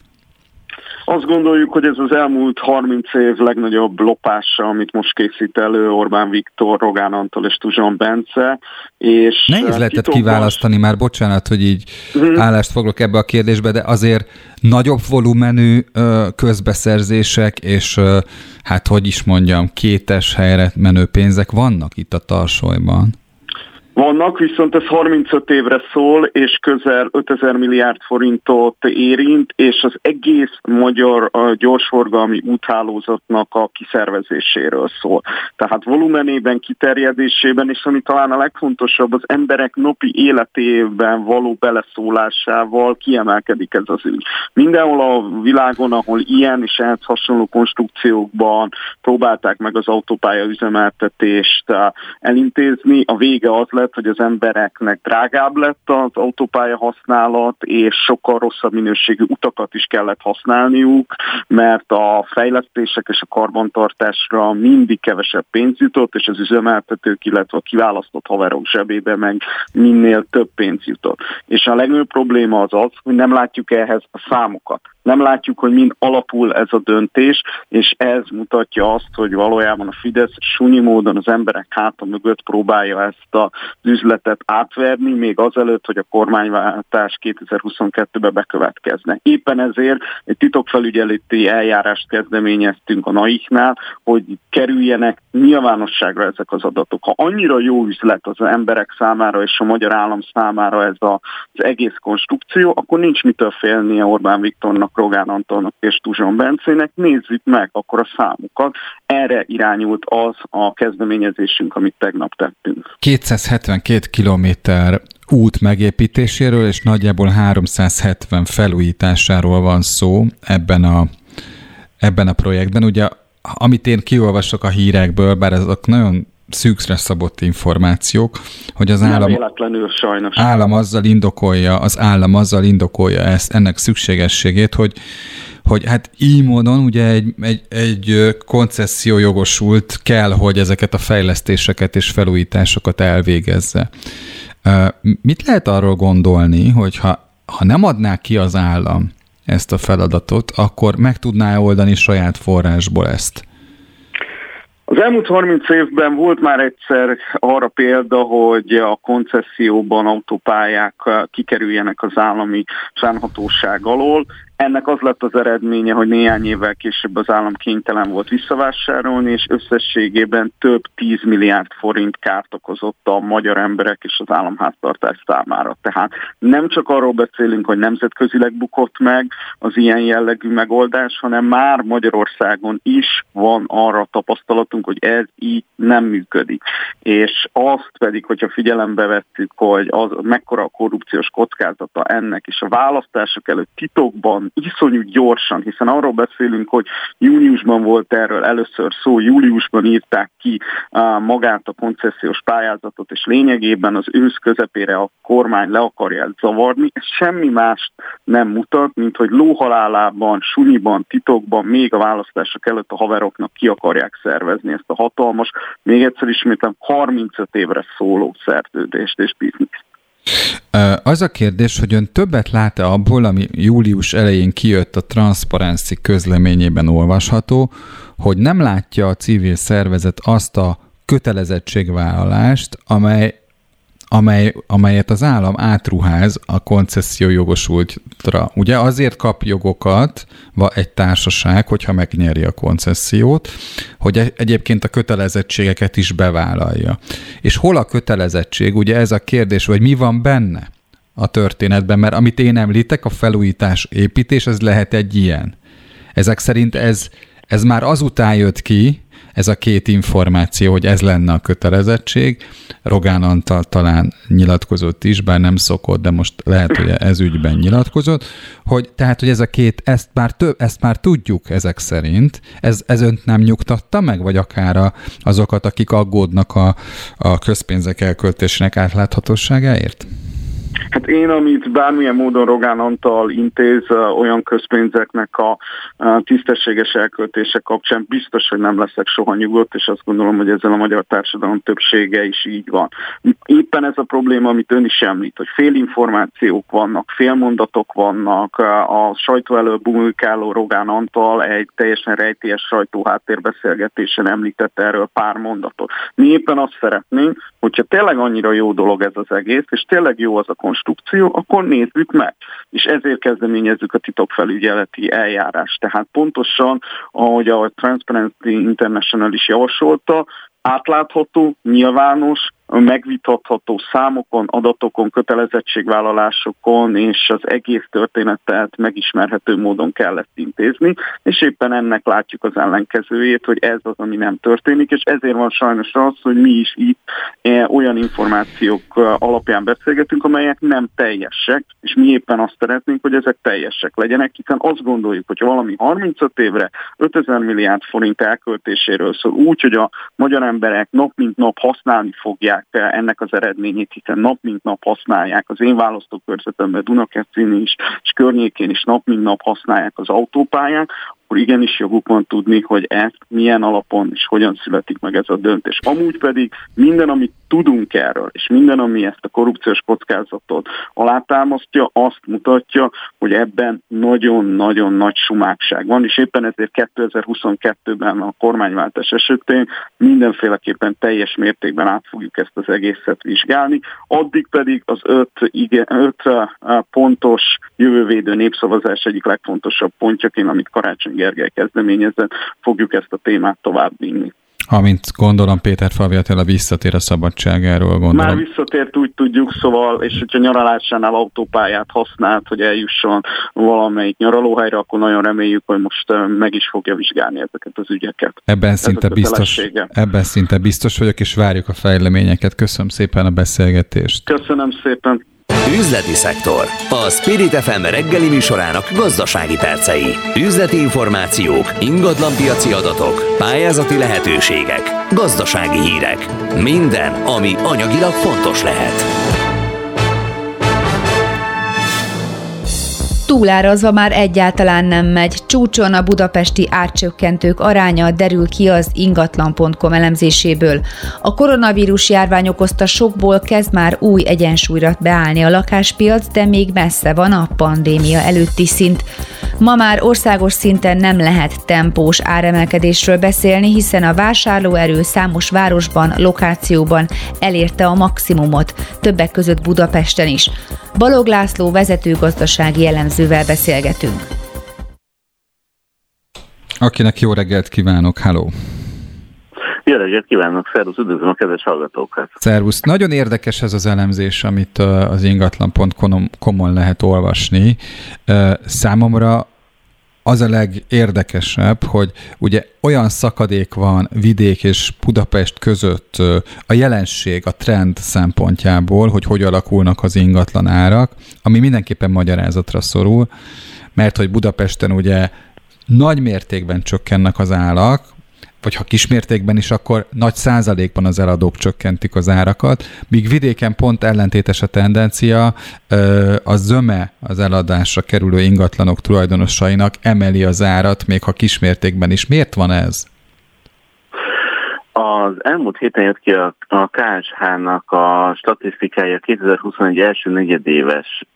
Azt gondoljuk, hogy ez az elmúlt 30 év legnagyobb lopása, amit most készít elő Orbán Viktor, Rogán Antal és Tuzson Bence. És nehéz lehetett kiválasztani, már bocsánat, hogy így állást foglak ebbe a kérdésbe, de azért nagyobb volumenű közbeszerzések, és hát hogy is mondjam, kétes helyre menő pénzek vannak itt a tarsolyban. Vannak, viszont ez 35 évre szól, és közel 5000 milliárd forintot érint, és az egész magyar gyorsforgalmi úthálózatnak a kiszervezéséről szól. Tehát volumenében, kiterjedésében, és ami talán a legfontosabb, az emberek napi életében való beleszólásával kiemelkedik ez az ügy. Mindenhol a világon, ahol ilyen és ehhez hasonló konstrukciókban próbálták meg az autópálya üzemeltetést elintézni, a vége az lett, hogy az embereknek drágább lett az autópálya használat, és sokkal rosszabb minőségű utakat is kellett használniuk, mert a fejlesztések és a karbantartásra mindig kevesebb pénz jutott, és az üzemeltetők, illetve a kiválasztott haverok zsebébe meg minél több pénz jutott. És a legnagyobb probléma az, hogy nem látjuk ehhez a számokat. Nem látjuk, hogy mind alapul ez a döntés, és ez mutatja azt, hogy valójában a Fidesz sunyi módon az emberek háta mögött próbálja ezt az üzletet átverni, még azelőtt, hogy a kormányváltás 2022-ben bekövetkezne. Éppen ezért egy titokfelügyeleti eljárást kezdeményeztünk a NAIH-nál, hogy kerüljenek nyilvánosságra ezek az adatok. Ha annyira jó üzlet az emberek számára és a magyar állam számára ez az egész konstrukció, akkor nincs mitől félnie Orbán Viktornak, Rogán Antalnak és Tuzson Bencének, nézzük meg akkor a számokat. Erre irányult az a kezdeményezésünk, amit tegnap tettünk. 272 kilométer út megépítéséről és nagyjából 370 felújításáról van szó ebben a projektben. Ugye, amit én kiolvasok a hírekből, bár ezek nagyon szűkre szabott információk, hogy az állam azzal indokolja ennek szükségességét, hogy hát így módon ugye egy koncesszió jogosult kell, hogy ezeket a fejlesztéseket és felújításokat elvégezze. Mit lehet arról gondolni, hogy ha nem adná ki az állam ezt a feladatot, akkor meg tudná oldani saját forrásból ezt? Az elmúlt 30 évben volt már egyszer arra példa, hogy a koncesszióban autópályák kikerüljenek az állami fennhatóság alól. Ennek az lett az eredménye, hogy néhány évvel később az állam kénytelen volt visszavásárolni, és összességében több 10 milliárd forint kárt okozott a magyar emberek és az államháztartás számára. Tehát nem csak arról beszélünk, hogy nemzetközileg bukott meg az ilyen jellegű megoldás, hanem már Magyarországon is van arra tapasztalatunk, hogy ez így nem működik. És azt pedig, hogyha figyelembe vettük, hogy az mekkora a korrupciós kockázata ennek, és a választások előtt titokban, iszonyú gyorsan, hiszen arról beszélünk, hogy júniusban volt erről először szó, júliusban írták ki magát a koncesziós pályázatot, és lényegében az ősz közepére a kormány le akarja zavarni. Ez semmi mást nem mutat, mint hogy lóhalálában, sunyiban, titokban, még a választások előtt a haveroknak ki akarják szervezni ezt a hatalmas, még egyszer ismétlem, 35 évre szóló szerződést és bizniszt. Az a kérdés, hogy ön többet lát-e abból, ami július elején kijött a Transparency közleményében olvasható, hogy nem látja a civil szervezet azt a kötelezettségvállalást, amelyet az állam átruház a koncesszió jogosultra. Ugye azért kap jogokat egy társaság, hogyha megnyeri a koncessziót, hogy egyébként a kötelezettségeket is bevállalja. És hol a kötelezettség? Ugye ez a kérdés, vagy mi van benne a történetben, mert amit én említek, a felújítás, építés, ez lehet egy ilyen. Ezek szerint ez már azután jött ki, ez a két információ, hogy ez lenne a kötelezettség. Rogán Antal talán nyilatkozott is, bár nem szokott, de most lehet, hogy ez ügyben nyilatkozott, hogy tehát, hogy ez a két, ezt már tudjuk ezek szerint. Ez önt nem nyugtatta meg, vagy akár azokat, akik aggódnak a közpénzek elköltésének átláthatóságáért? Hát én, amit bármilyen módon Rogán Antal intéz olyan közpénzeknek a tisztességes elköltése kapcsán, biztos, hogy nem leszek soha nyugodt, és azt gondolom, hogy ezzel a magyar társadalom többsége is így van. Éppen ez a probléma, amit ön is említ, hogy félinformációk vannak, félmondatok vannak, a sajtó elől bumulkáló Rogán Antal egy teljesen rejtélyes sajtóháttérbeszélgetésen említette erről pár mondatot. Mi éppen azt szeretnénk, hogyha tényleg annyira jó dolog ez az egész, és tényleg jó az a konstrukció, akkor nézzük meg. És ezért kezdeményezzük a titokfelügyeleti eljárást. Tehát pontosan, ahogy a Transparency International is javasolta, átlátható, nyilvános, megvitatható számokon, adatokon, kötelezettségvállalásokon és az egész történetet megismerhető módon kell ezt intézni, és éppen ennek látjuk az ellenkezőjét, hogy ez az, ami nem történik, és ezért van sajnos az, hogy mi is itt olyan információk alapján beszélgetünk, amelyek nem teljesek, és mi éppen azt szeretnénk, hogy ezek teljesek legyenek, hiszen azt gondoljuk, hogy valami 35 évre 5000 milliárd forint elköltéséről szól úgy, hogy a magyar emberek nap mint nap használni fogják ennek az eredményét, hiszen nap mint nap használják az én választókörzetemben, Dunakeszin is, és környékén is nap mint nap használják az autópályák, akkor igenis joguk van tudni, hogy ezt milyen alapon és hogyan születik meg ez a döntés. Amúgy pedig minden, amit tudunk erről, és minden, ami ezt a korrupciós kockázatot alátámasztja, azt mutatja, hogy ebben nagyon-nagyon nagy sumákság van, és éppen ezért 2022-ben a kormányváltás esetén mindenféleképpen teljes mértékben át fogjuk ezt az egészet vizsgálni. Addig pedig az 5 pontos jövővédő népszavazás egyik legfontosabb pontjaként, amit Karácsony Gergely kezdeményezett, fogjuk ezt a témát továbbvinni. Amint gondolom Péterfalvi Attila visszatér a szabadságáról, gondolom. Már visszatért, úgy tudjuk, szóval, és hogyha nyaralásánál autópályát használt, hogy eljusson valamelyik nyaralóhelyre, akkor nagyon reméljük, hogy most meg is fogja vizsgálni ezeket az ügyeket. Ebben szinte biztos vagyok, és várjuk a fejleményeket. Köszönöm szépen a beszélgetést. Köszönöm szépen. Üzleti szektor. A Spirit FM reggeli műsorának gazdasági percei. Üzleti információk, ingatlanpiaci adatok, pályázati lehetőségek, gazdasági hírek. Minden, ami anyagilag fontos lehet. Túlárazva már egyáltalán nem megy. Csúcson a budapesti árcsökkentők aránya, derül ki az ingatlan.com elemzéséből. A koronavírus járvány okozta sokból kezd már új egyensúlyra beállni a lakáspiac, de még messze van a pandémia előtti szint. Ma már országos szinten nem lehet tempós áremelkedésről beszélni, hiszen a vásárlóerő számos városban, lokációban elérte a maximumot, többek között Budapesten is. Balog László vezető gazdasági elemzővel beszélgetünk. Akinek jó reggelt kívánok, hello! Jó reggelt kívánok, szervusz, üdvözlöm a kedves hallgatókat! Szervusz! Nagyon érdekes ez az elemzés, amit az ingatlan.com-on lehet olvasni. Számomra az a legérdekesebb, hogy ugye olyan szakadék van vidék és Budapest között a jelenség, a trend szempontjából, hogy alakulnak az ingatlan árak, ami mindenképpen magyarázatra szorul, mert hogy Budapesten ugye nagy mértékben csökkennek az árak, vagy ha kismértékben is, akkor nagy százalékban az eladók csökkentik az árakat, míg vidéken pont ellentétes a tendencia, a zöme az eladásra kerülő ingatlanok tulajdonosainak emeli az árat, még ha kismértékben is. Miért van ez? Az elmúlt héten jött ki a KSH-nak a statisztikája 2021 első negyedéves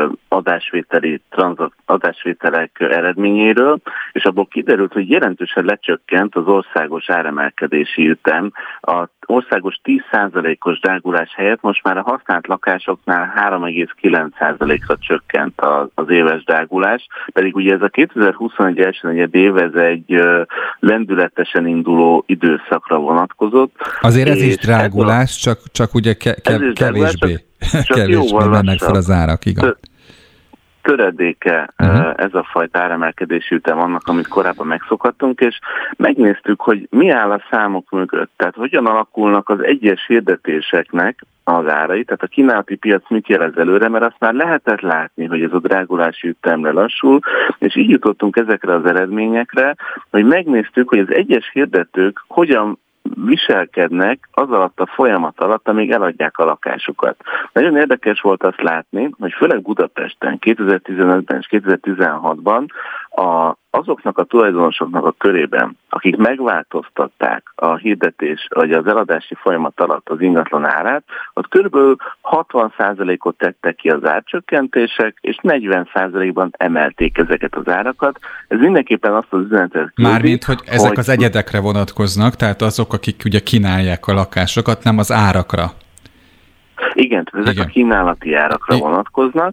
adásvételek eredményéről, és abból kiderült, hogy jelentősen lecsökkent az országos áremelkedési ütem. Az országos 10%-os drágulás helyett most már a használt lakásoknál 3,9%-ra csökkent az éves drágulás, pedig ugye ez a 2021 első negyedév, ez egy lendületesen induló időszakra vonatkozott. Azért ez is drágulás, csak ugye kevésbé mennek fel az árak, igaz? Töredéke ez a fajta áremelkedési ütem annak, amit korábban megszokhattunk, és megnéztük, hogy mi áll a számok mögött. Tehát hogyan alakulnak az egyes hirdetéseknek az árai, tehát a kínálati piac mit jelez előre, mert azt már lehetett látni, hogy ez a drágulási ütemre lassul, és így jutottunk ezekre az eredményekre, hogy megnéztük, hogy az egyes hirdetők hogyan viselkednek az alatt a folyamat alatt, amíg eladják a lakásukat. Nagyon érdekes volt azt látni, hogy főleg Budapesten 2015-ben és 2016-ban azoknak a tulajdonosoknak a körében, akik megváltoztatták a hirdetés vagy az eladási folyamat alatt az ingatlan árát, ott kb. 60%-ot tettek ki az árcsökkentések, és 40%-ban emelték ezeket az árakat. Ez mindenképpen azt az üzenetet küldi, mármint, hogy ezek az egyedekre vonatkoznak, tehát azok, akik ugye kínálják a lakásokat, nem az árakra. Igen, ezek a kínálati árakra vonatkoznak,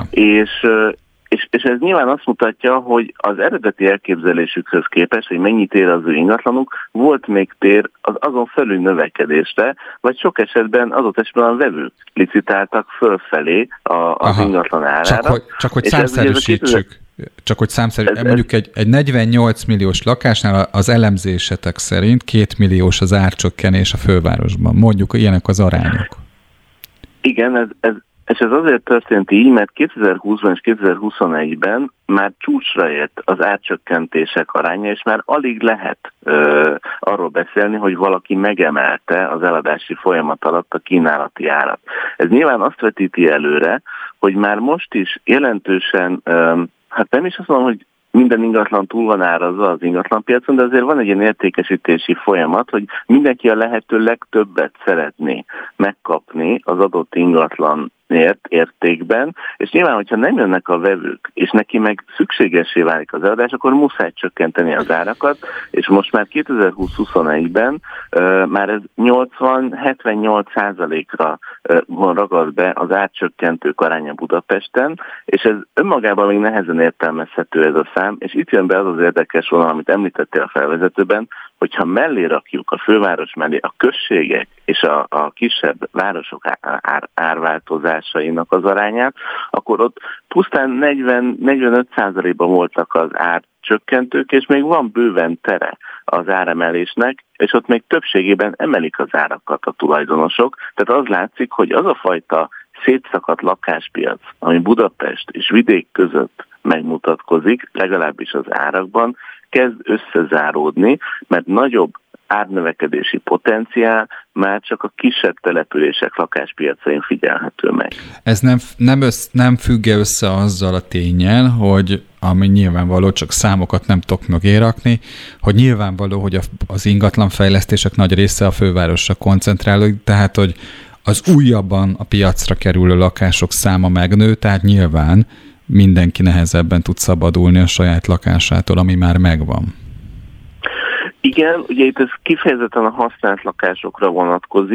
és ez nyilván azt mutatja, hogy az eredeti elképzelésükhöz képest, hogy mennyit ér az ő ingatlanuk, volt még tér azon felül növekedésre, vagy sok esetben adott esetben a vevők licitáltak fölfelé az ingatlan árára. Csak hogy számszerűsítsük. Mondjuk egy 48 milliós lakásnál az elemzésetek szerint 2 milliós az árcsökkenés a fővárosban. Mondjuk ilyenek az arányok. Igen, és ez azért történt így, mert 2020-ban és 2021-ben már csúcsra ért az árcsökkentések aránya, és már alig lehet arról beszélni, hogy valaki megemelte az eladási folyamat alatt a kínálati árat. Ez nyilván azt vetíti előre, hogy már most is jelentősen, hát nem is azt mondom, hogy minden ingatlan túl van árazva az ingatlanpiacon, de azért van egy ilyen értékesítési folyamat, hogy mindenki a lehető legtöbbet szeretné megkapni az adott ingatlan értékben, és nyilván, hogyha nem jönnek a vevők, és neki meg szükségessé válik az eladás, akkor muszáj csökkenteni az árakat, és most már 2020-21-ben már ez 80-78%-ra ragad be az árcsökkentők aránya Budapesten, és ez önmagában még nehezen értelmezhető ez a szám, és itt jön be az érdekes vonal, amit említettél a felvezetőben, hogyha mellé rakjuk a főváros mellé a községek és a kisebb városok árváltozásainak az arányát, akkor ott pusztán 40-45%-ban voltak az árcsökkentők, és még van bőven tere az áremelésnek, és ott még többségében emelik az árakat a tulajdonosok. Tehát az látszik, hogy az a fajta szétszakadt lakáspiac, ami Budapest és vidék között megmutatkozik, legalábbis az árakban, kezd összezáródni, mert nagyobb árnövekedési potenciál már csak a kisebb települések lakáspiacain figyelhető meg. Ez nem függ össze azzal a ténnyel, hogy ami nyilvánvaló, csak számokat nem tudok mögé rakni, hogy nyilvánvaló, hogy az ingatlanfejlesztések nagy része a fővárosra koncentrálódik, tehát hogy az újabban a piacra kerülő lakások száma megnő, tehát nyilván mindenki nehezebben tud szabadulni a saját lakásától, ami már megvan. Igen, ugye itt ez kifejezetten a használt lakásokra vonatkozik,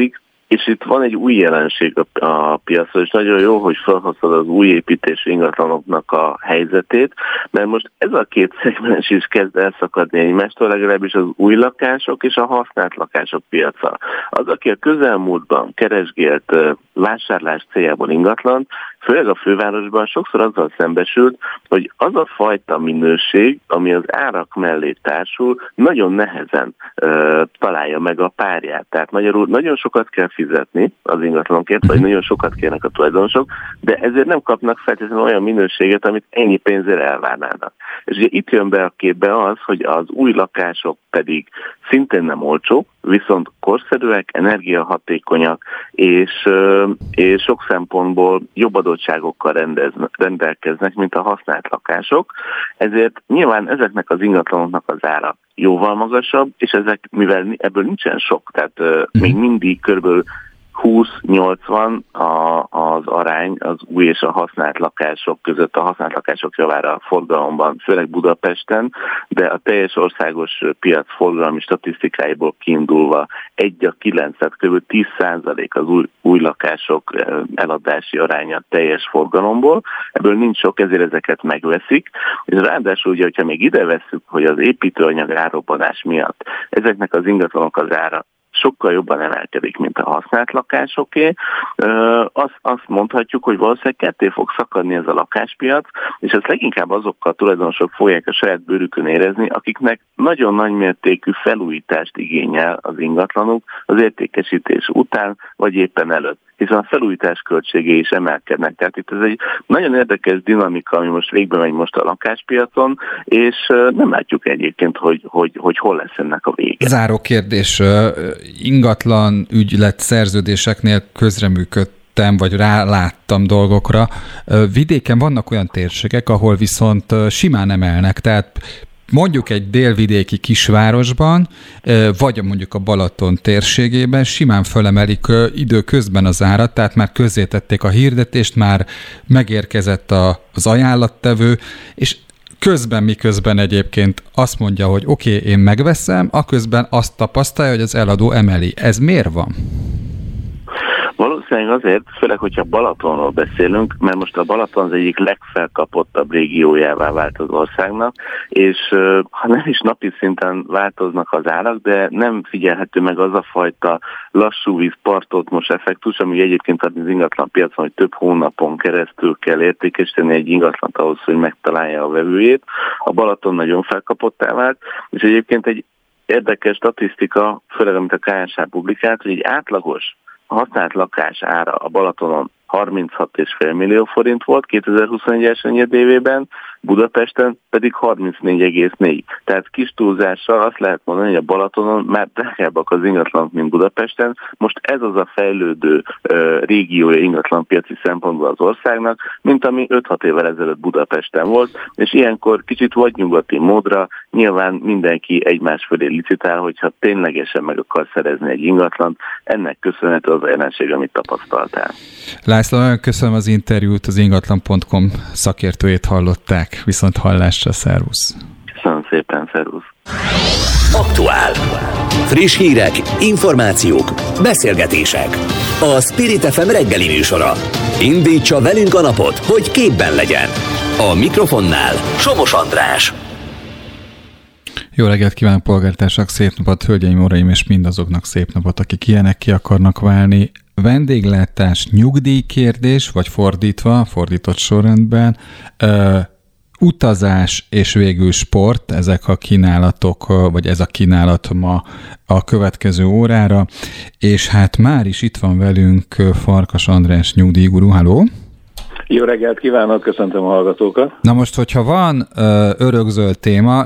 És itt van egy új jelenség a piacon, és nagyon jó, hogy felhoztad az új építésű ingatlanoknak a helyzetét, mert most ez a két szegmens is kezd elszakadni egymástól, legalábbis az új lakások és a használt lakások piaca. Az, aki a közelmúltban keresgélt vásárlás céljából ingatlant, főleg a fővárosban sokszor azzal szembesült, hogy az a fajta minőség, ami az árak mellé társul, nagyon nehezen találja meg a párját. Tehát magyarul nagyon sokat kell fizetni az ingatlanokért, vagy nagyon sokat kérnek a tulajdonosok, de ezért nem kapnak feltétlenül olyan minőséget, amit ennyi pénzért elvárnának. És ugye itt jön be a képbe az, hogy az új lakások pedig szintén nem olcsók, viszont korszerűek, energiahatékonyak, és sok szempontból jobb adottságokkal rendelkeznek, mint a használt lakások. Ezért nyilván ezeknek az ingatlanoknak az ára jóval magasabb, és ezek, mivel ebből nincsen sok, tehát még mindig körülbelül 20-80 az arány az új és a használt lakások között, a használt lakások javára a forgalomban, főleg Budapesten, de a teljes országos piac forgalmi statisztikáiból kiindulva 1:9, tehát kb. 10% az új lakások eladási aránya a teljes forgalomból. Ebből nincs sok, ezért ezeket megveszik, és ráadásul ugye, hogyha még ide vesszük, hogy az építőanyag árrobbanás miatt ezeknek az ingatlanok az ára sokkal jobban emelkedik, mint a használt lakásoké. Azt mondhatjuk, hogy valószínűleg ketté fog szakadni ez a lakáspiac, és ezt leginkább azokkal a tulajdonosok fogják a saját bőrükön érezni, akiknek nagyon nagy mértékű felújítást igényel az ingatlanuk az értékesítés után, vagy éppen előtt, hiszen a felújítás költségei is emelkednek. Tehát itt ez egy nagyon érdekes dinamika, ami most végbe megy most a lakáspiacon, és nem látjuk egyébként, hogy hol lesz ennek a vége. Záró kérdés, ingatlan ügylet szerződéseknél közreműködtem, vagy ráláttam dolgokra. Vidéken vannak olyan térségek, ahol viszont simán emelnek, tehát mondjuk egy délvidéki kisvárosban, vagy mondjuk a Balaton térségében simán fölemelik időközben az árat, tehát már közzétették a hirdetést, már megérkezett az ajánlattevő, és miközben egyébként azt mondja, hogy oké, én megveszem, aközben azt tapasztalja, hogy az eladó emeli. Ez miért van? Valószínűleg azért, főleg, hogyha Balatonról beszélünk, mert most a Balaton az egyik legfelkapottabb régiójává vált az országnak, és ha nem is napi szinten változnak az árak, de nem figyelhető meg az a fajta lassú víz partotmos effektus, ami egyébként az ingatlan piacon, hogy több hónapon keresztül kell értékesíteni egy ingatlant ahhoz, hogy megtalálja a vevőjét. A Balaton nagyon felkapottá vált, és egyébként egy érdekes statisztika, főleg amit a KSH publikált, hogy egy átlagos használt lakás ára a Balatonon 36,5 millió forint volt 2021 első negyedévében, Budapesten pedig 34,4. Tehát kis túlzással azt lehet mondani, hogy a Balatonon már drágábbak az ingatlanok, mint Budapesten. Most ez az a fejlődő régiója ingatlanpiaci szempontból az országnak, mint ami 5-6 évvel ezelőtt Budapesten volt, és ilyenkor kicsit vagy nyugati módra nyilván mindenki egymás fölé licitál, hogyha ténylegesen meg akar szerezni egy ingatlant, ennek köszönhető az a jelenség, amit tapasztaltál. László, nagyon köszönöm az interjút, az ingatlan.com szakértőjét hallották. Viszont hallásra, szervusz! Köszönöm szépen, szervusz! Aktuál. Friss hírek, információk, beszélgetések. A Spirit FM reggeli műsora. Indítsa velünk a napot, hogy képben legyen. A mikrofonnál Somos András. Jó reggelt kívánok, polgártársak, szép napot, hölgyeim, uraim, és mindazoknak szép napot, akik ilyenek ki akarnak válni. Vendéglátás, nyugdíjkérdés, vagy fordítva, fordított sorrendben, utazás és végül sport, ezek a kínálatok, vagy ez a kínálat ma a következő órára, és hát már is itt van velünk Farkas András nyugdíjgurú. Halló! Jó reggelt kívánok, köszöntöm a hallgatókat! Na most, hogyha van örökzöld téma,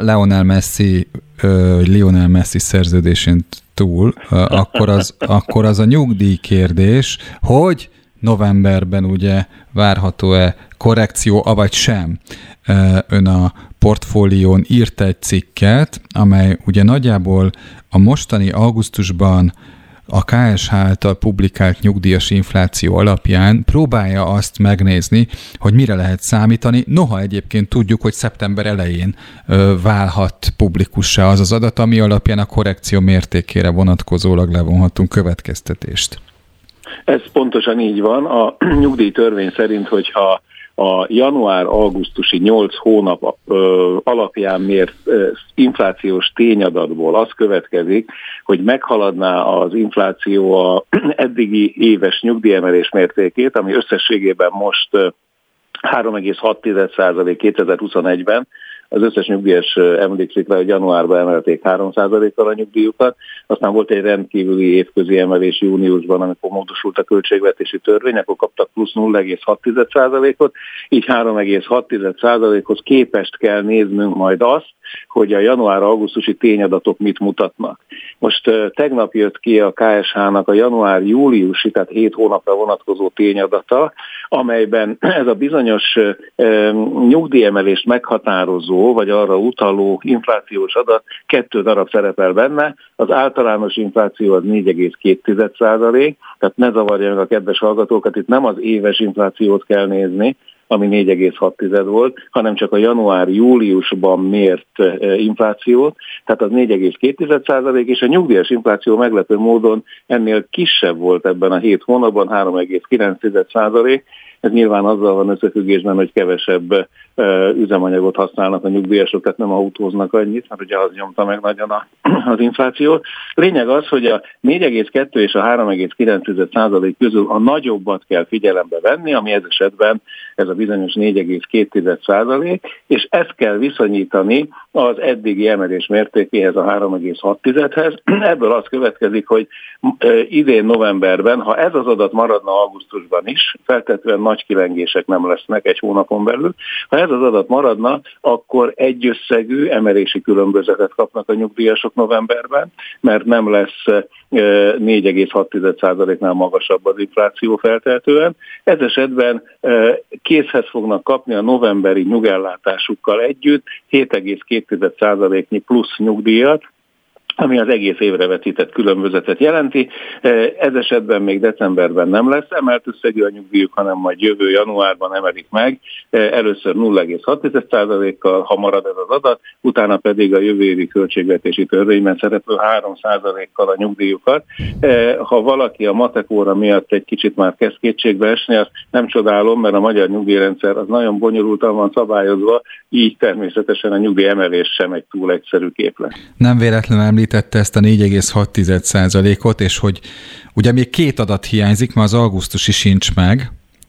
Lionel Messi szerződésén túl, akkor az a nyugdíj kérdés, hogy novemberben ugye várható-e korrekció, avagy sem. Ön a Portfólión írt egy cikket, amely ugye nagyjából a mostani augusztusban a KSH által publikált nyugdíjas infláció alapján próbálja azt megnézni, hogy mire lehet számítani. Noha egyébként tudjuk, hogy szeptember elején válhat publikussá az adat, ami alapján a korrekció mértékére vonatkozólag levonhatunk következtetést. Ez pontosan így van. A nyugdíjtörvény szerint, hogyha a január-augusztusi 8 hónap alapján mért inflációs tényadatból az következik, hogy meghaladná az infláció a eddigi éves nyugdíjemelés mértékét, ami összességében most 3,6% 2021-ben, az összes nyugdíjas emlékszik rá, hogy januárban emelték 3%-kal a nyugdíjukat, aztán volt egy rendkívüli évközi emelés júniusban, amikor módosult a költségvetési törvény, akkor kaptak plusz 0,6%-ot, így 3,6%-hoz képest kell néznünk majd azt, hogy a január-augusztusi tényadatok mit mutatnak. Most tegnap jött ki a KSH-nak a január-júliusi, tehát 7 hónapra vonatkozó tényadata, amelyben ez a bizonyos nyugdíjemelést meghatározó, vagy arra utaló inflációs adat 2 darab szerepel benne. Az általános infláció az 4,2%, tehát ne zavarja meg a kedves hallgatókat, itt nem az éves inflációt kell nézni, ami 4,6 volt, hanem csak a január-júliusban mért inflációt, tehát az 4,2%, és a nyugdíjas infláció meglepő módon ennél kisebb volt ebben a 7 hónapban, 3,9%. Ez nyilván azzal van összefüggésben, hogy kevesebb üzemanyagot használnak a nyugdíjasok, tehát nem autóznak annyit, mert ugye az nyomta meg nagyon az inflációt. Lényeg az, hogy a 4,2 és a 3,9% közül a nagyobbat kell figyelembe venni, ami ez esetben ez a bizonyos 4,2%, és ezt kell viszonyítani az eddigi emelés mértékéhez, a 3,6-hez. Ebből az következik, hogy idén novemberben, ha ez az adat maradna augusztusban is, feltétlenül nagy kilengések nem lesznek egy hónapon belül. Ha ez az adat maradna, akkor egy összegű emelési különbözetet kapnak a nyugdíjasok novemberben, mert nem lesz 4,6%-nál magasabb az infláció feltehetően. Ez esetben készhez fognak kapni a novemberi nyugellátásukkal együtt 7,2%-nyi plusz nyugdíjat, ami az egész évre vetített különbözetet jelenti. Ez esetben még decemberben nem lesz emelt összegű a nyugdíjuk, hanem majd jövő januárban emelik meg, először 0,6%-kal, ha marad ez az adat, utána pedig a jövő évi költségvetési törvényben szereplő 3%-kal a nyugdíjukat. Ha valaki a matek óra miatt egy kicsit már kezd kétségbe esni, azt nem csodálom, mert a magyar nyugdíjrendszer az nagyon bonyolultan van szabályozva, így természetesen a nyugdíj emelés sem egy túl egyszerű képlet. Nem véletlenül említette ezt a 4,6%-ot, és hogy ugye még 2 adat hiányzik, mert az augusztusi sincs meg,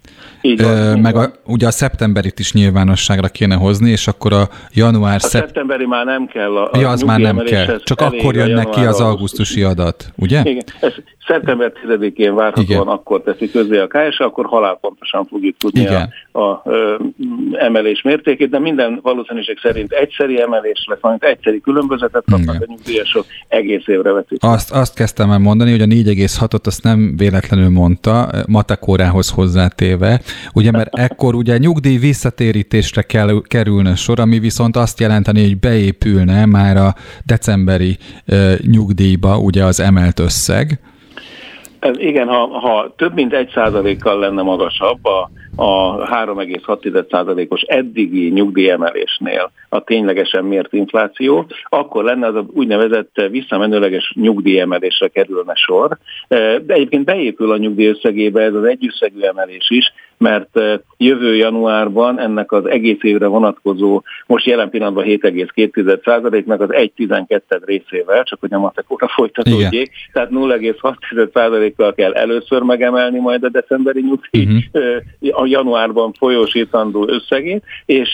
meg ugye a szeptemberit is nyilvánosságra kéne hozni, és akkor a január... A szeptemberi már nem kell. Az már nem kell, csak akkor jön neki az augusztusi adat, ugye? Igen, ez szeptember 10-én várhatóan akkor teszi közzé a KSH, akkor halálpontosan fogjuk tudni a emelés mértékét, de minden valószínűség szerint egyszeri emelés lesz, majd egyszeri különbözetet kapnak a nyugdíjasok egész évre vetítve. Azt kezdtem el mondani, hogy a 4,6-ot azt nem véletlenül mondta, matekórához hozzátéve, ugye, mert ekkor ugye nyugdíj visszatérítésre kerülne sor, ami viszont azt jelenteni, hogy beépülne már a decemberi nyugdíjba ugye az emelt összeg. Igen, ha több mint 1%-kal lenne magasabb a 3,6%-os eddigi nyugdíjemelésnél a ténylegesen mért infláció, akkor lenne az a úgynevezett visszamenőleges nyugdíjemelésre kerülne sor. De egyébként beépül a nyugdíj összegébe ez az egyösszegű emelés is, mert jövő januárban ennek az egész évre vonatkozó, most jelen pillanatban 7,2%-nak az 1,12 részével, csak hogy a matekóra folytatódjék, tehát 0,6%-kal kell először megemelni majd a decemberi nyugdíj a januárban folyósítandó összegét, és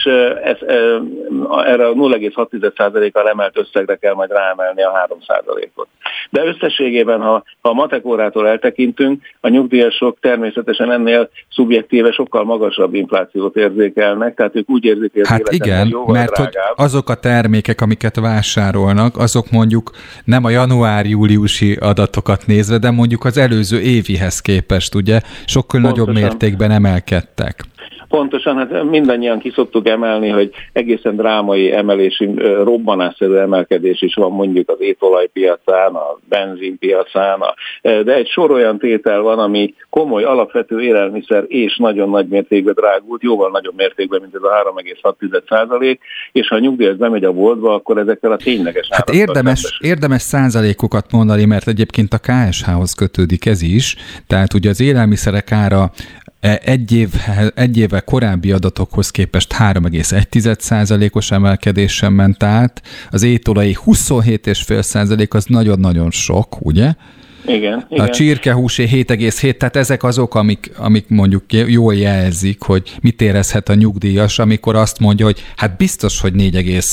erre a 0,6%-kal emelt összegre kell majd ráemelni a 3%-ot. De összességében, ha a matekórától eltekintünk, a nyugdíjasok természetesen ennél szubjektíve sokkal magasabb inflációt érzékelnek, tehát ők úgy érzik, hogy hát igen, jóval mert hogy azok a termékek, amiket vásárolnak, azok mondjuk nem a január-júliusi adatokat nézve, de mondjuk az előző évihez képest, ugye, sokkal nagyobb mértékben emelkedtek. Pontosan, hát mindannyian ki szoktuk emelni, hogy egészen drámai emelési, robbanásszerű emelkedés is van mondjuk az étolajpiacán, a benzinpiacán, de egy sor olyan tétel van, ami komoly, alapvető élelmiszer és nagyon nagy mértékben drágult, jóval nagyobb mértékben, mint ez a 3,6%, és ha a nyugdíjas bemegy a boltba, akkor ezekkel a tényleges árakkal érdemes százalékokat mondani, mert egyébként a KSH-hoz kötődik ez is, tehát ugye az élelmiszerek ára egy évvel korábbi adatokhoz képest 3,1%-os emelkedésen ment át, az étolai 27,5% az nagyon-nagyon sok, ugye? Igen. A csirkehúsé 7,7, tehát ezek azok, amik mondjuk jól jelzik, hogy mit érezhet a nyugdíjas, amikor azt mondja, hogy hát biztos, hogy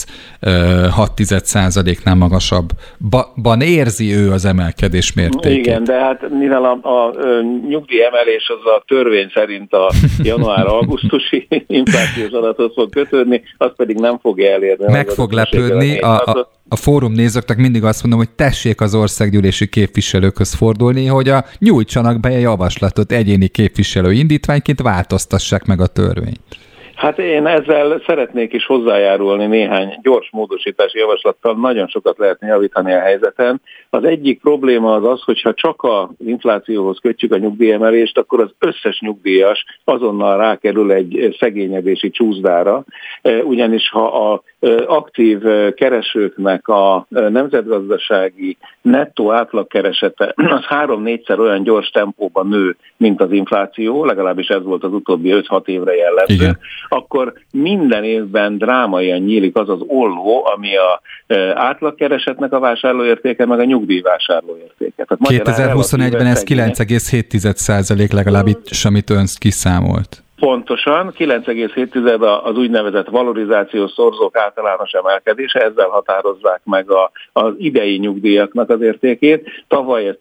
4,6%-nál magasabban érzi ő az emelkedés mértékét. Igen, de hát mivel a nyugdíj emelés az a törvény szerint a január-augusztusi inflációs adathoz fog kötődni, az pedig nem fogja elérni. Meg fog lepődni. A fórum nézőknek mindig azt mondom, hogy tessék az országgyűlési képviselőkhöz fordulni, hogy nyújtsanak be egy javaslatot egyéni képviselő indítványként, változtassák meg a törvényt. Hát én ezzel szeretnék is hozzájárulni néhány gyors módosítási javaslattal, nagyon sokat lehetne javítani a helyzeten. Az egyik probléma az, hogyha csak az inflációhoz kötjük a nyugdíjemelést, akkor az összes nyugdíjas azonnal rákerül egy szegényedési csúszdára, ugyanis ha a aktív keresőknek a nemzetgazdasági nettó átlagkeresete az 3-4-szer olyan gyors tempóban nő, mint az infláció, legalábbis ez volt az utóbbi 5-6 évre jellemző, igen, akkor minden évben drámaian nyílik az az olló, ami a átlagkeresetnek a vásárlóértéke, meg a nyugdíjvásárlóértéke. 2021-ben ez 9,7% legalábbis, amit ön kiszámolt. Pontosan, 9,7 az úgynevezett valorizációs szorzók általános emelkedése, ezzel határozzák meg az idei nyugdíjaknak az értékét. Tavaly ez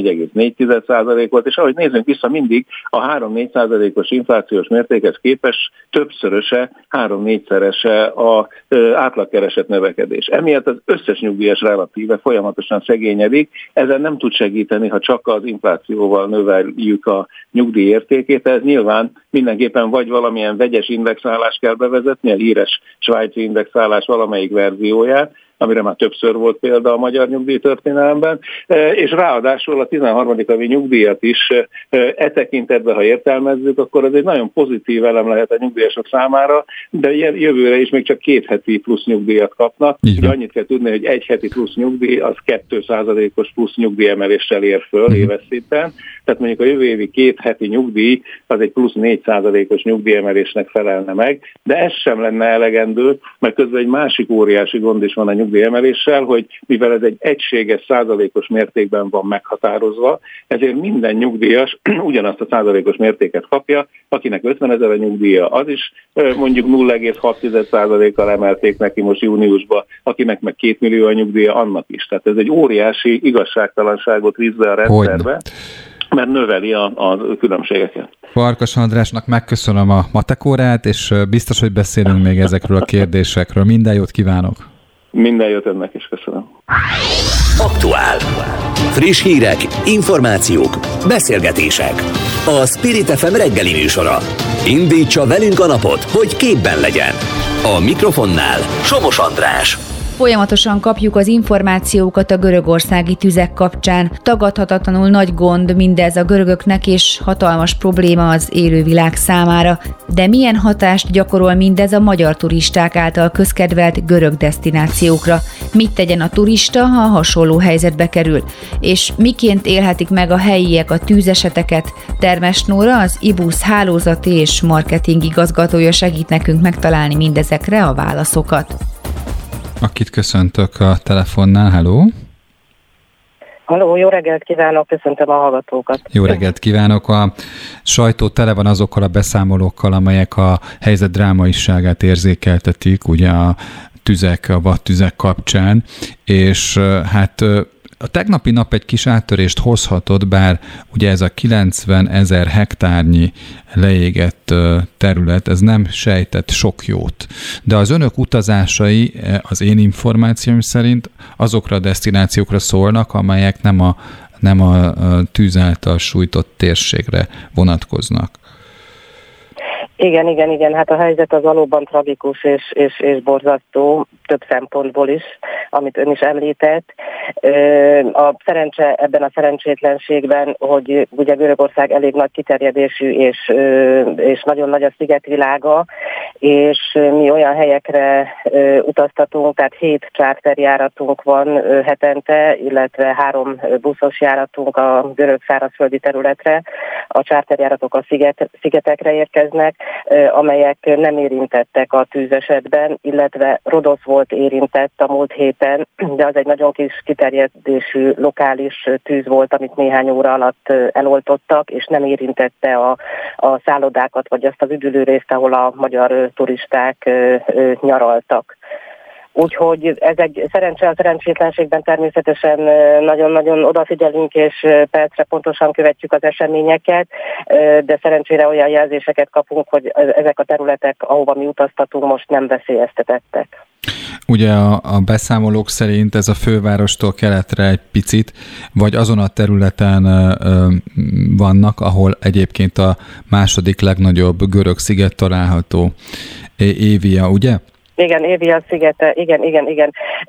14,4% volt, és ahogy nézzünk vissza, mindig a 3-4%-os inflációs mértékhez képest többszöröse, 3-4-szerese az átlagkereset növekedés. Emiatt az összes nyugdíjas relatíve folyamatosan szegényedik, ezen nem tud segíteni, ha csak az inflációval növeljük a nyugdíj értékét, ez nyilván mindenképpen vagy valamilyen vegyes indexálást kell bevezetni, a híres svájci indexálás valamelyik verzióját, amire már többször volt példa a magyar nyugdíjtörténelemben, és ráadásul a 13. havi nyugdíjat is tekintetben, ha értelmezzük, akkor ez egy nagyon pozitív elem lehet a nyugdíjasok számára, de jövőre is még csak 2 heti plusz nyugdíjat kapnak. Ugye annyit kell tudni, hogy 1 heti plusz nyugdíj az 2%-os plusz nyugdíjemeléssel ér föl éves szinten, tehát mondjuk a jövő évi 2 heti nyugdíj az egy plusz 4%-os nyugdíjemelésnek felelne meg, de ez sem lenne elegendő, mert közben egy másik óriási gond is van a nyugdíjemeléssel, hogy mivel ez egy egységes százalékos mértékben van meghatározva, ezért minden nyugdíjas ugyanazt a százalékos mértéket kapja, akinek 50 000 a nyugdíja, az is mondjuk 0,6%-kal emelték neki most júniusban, akinek meg 2 millió a nyugdíja, annak is. Tehát ez egy óriási igazságtalanságot visz be a rendszerbe, mert növeli a különbségeket. Farkas Andrásnak megköszönöm a matekórát, és biztos, hogy beszélünk még ezekről a kérdésekről. Minden jót kívánok! Minden jót önnek is, köszönöm. Aktuál. Friss hírek, információk, beszélgetések. A Spirit FM reggeli műsora. Indítsa velünk a napot, hogy képben legyen. A mikrofonnál Somos András. Folyamatosan kapjuk az információkat a görögországi tüzek kapcsán. Tagadhatatlanul nagy gond mindez a görögöknek, és hatalmas probléma az élővilág számára. De milyen hatást gyakorol mindez a magyar turisták által közkedvelt görög desztinációkra? Mit tegyen a turista, ha hasonló helyzetbe kerül? És miként élhetik meg a helyiek a tűzeseteket? Termes Nóra, az IBUS hálózati és marketing igazgatója segít nekünk megtalálni mindezekre a válaszokat. Akit köszöntök a telefonnál, hello! Halló, jó reggelt kívánok, köszöntöm a hallgatókat. Jó reggelt kívánok! A sajtó tele van azokkal a beszámolókkal, amelyek a helyzet drámaiságát érzékeltetik, ugye a vadtüzek kapcsán, és hát a tegnapi nap egy kis áttörést hozhatott, bár ugye ez a 90 000 hektárnyi leégett terület, ez nem sejtett sok jót. De az önök utazásai, az én információm szerint azokra a desztinációkra szólnak, amelyek nem a tűz által sújtott térségre vonatkoznak. Igen, hát a helyzet az valóban tragikus és borzasztó több szempontból is, amit ön is említett. A szerencse ebben a szerencsétlenségben, hogy ugye Görögország elég nagy kiterjedésű és nagyon nagy a szigetvilága, és mi olyan helyekre utaztatunk, tehát 7 charterjáratunk van hetente, illetve 3 buszos járatunk a görög szárazföldi területre. A charterjáratok a szigetekre érkeznek, amelyek nem érintettek a tűzesetben, illetve Rodosz volt érintett a múlt héten, de az egy nagyon kis kiterjedésű lokális tűz volt, amit néhány óra alatt eloltottak, és nem érintette a szállodákat, vagy azt az üdülőrészt, ahol a magyar turisták nyaraltak. Úgyhogy ez egy szerencse, a szerencsétlenségben természetesen nagyon-nagyon odafigyelünk, és percre pontosan követjük az eseményeket, de szerencsére olyan jelzéseket kapunk, hogy ezek a területek, ahova mi utaztatunk, most nem veszélyeztetettek. Ugye a beszámolók szerint ez a fővárostól keletre egy picit, vagy azon a területen vannak, ahol egyébként a második legnagyobb görög sziget található, Évia, ugye? Igen, Évia szigete, igen.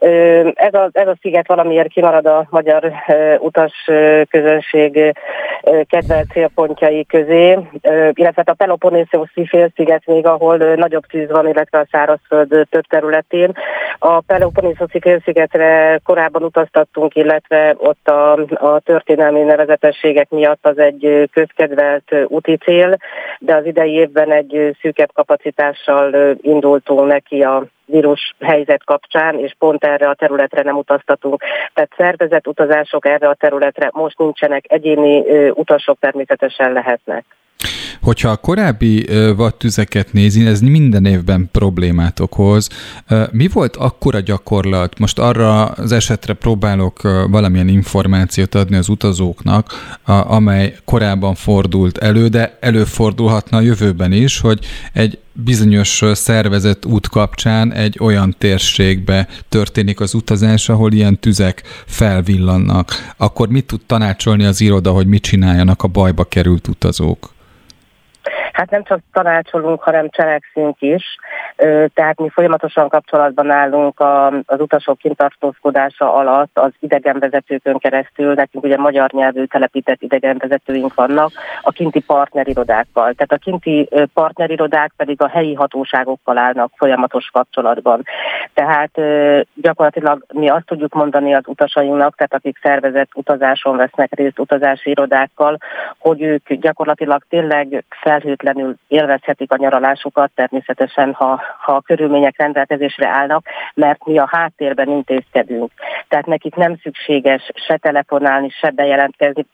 Ez a sziget valamiért kimarad a magyar utas közönség kedvelt célpontjai közé, illetve a Peloponnészoszi félsziget még, ahol nagyobb tűz van, illetve a szárazföld több területén. A Peloponnészoszi félszigetre korábban utaztattunk, illetve ott a történelmi nevezetességek miatt az egy közkedvelt úti cél, de az idei évben egy szűkebb kapacitással indultunk neki a vírus helyzet kapcsán, és pont erre a területre nem utaztatunk. Tehát szervezett utazások erre a területre most nincsenek, egyéni utasok természetesen lehetnek. Hogyha a korábbi vadtüzeket nézi, ez minden évben problémát okoz. Mi volt akkora gyakorlat? Most arra az esetre próbálok valamilyen információt adni az utazóknak, amely korábban fordult elő, de előfordulhatna a jövőben is, hogy egy bizonyos szervezett út kapcsán egy olyan térségbe történik az utazás, ahol ilyen tüzek felvillannak. Akkor mit tud tanácsolni az iroda, hogy mit csináljanak a bajba került utazók? Hát nem csak tanácsolunk, hanem cselekszünk is. Tehát mi folyamatosan kapcsolatban állunk az utasok kintartózkodása alatt az idegenvezetőkön keresztül. Nekünk ugye magyar nyelvű telepített idegenvezetőink vannak a kinti partnerirodákkal. Tehát a kinti partnerirodák pedig a helyi hatóságokkal állnak folyamatos kapcsolatban. Tehát gyakorlatilag mi azt tudjuk mondani az utasainknak, tehát akik szervezett utazáson vesznek részt utazási irodákkal, hogy ők gyakorlatilag tényleg felhőtlenül élvezhetik a nyaralásukat, természetesen, ha a körülmények rendelkezésre állnak, mert mi a háttérben intézkedünk. Tehát nekik nem szükséges se telefonálni, se bejelentkezni,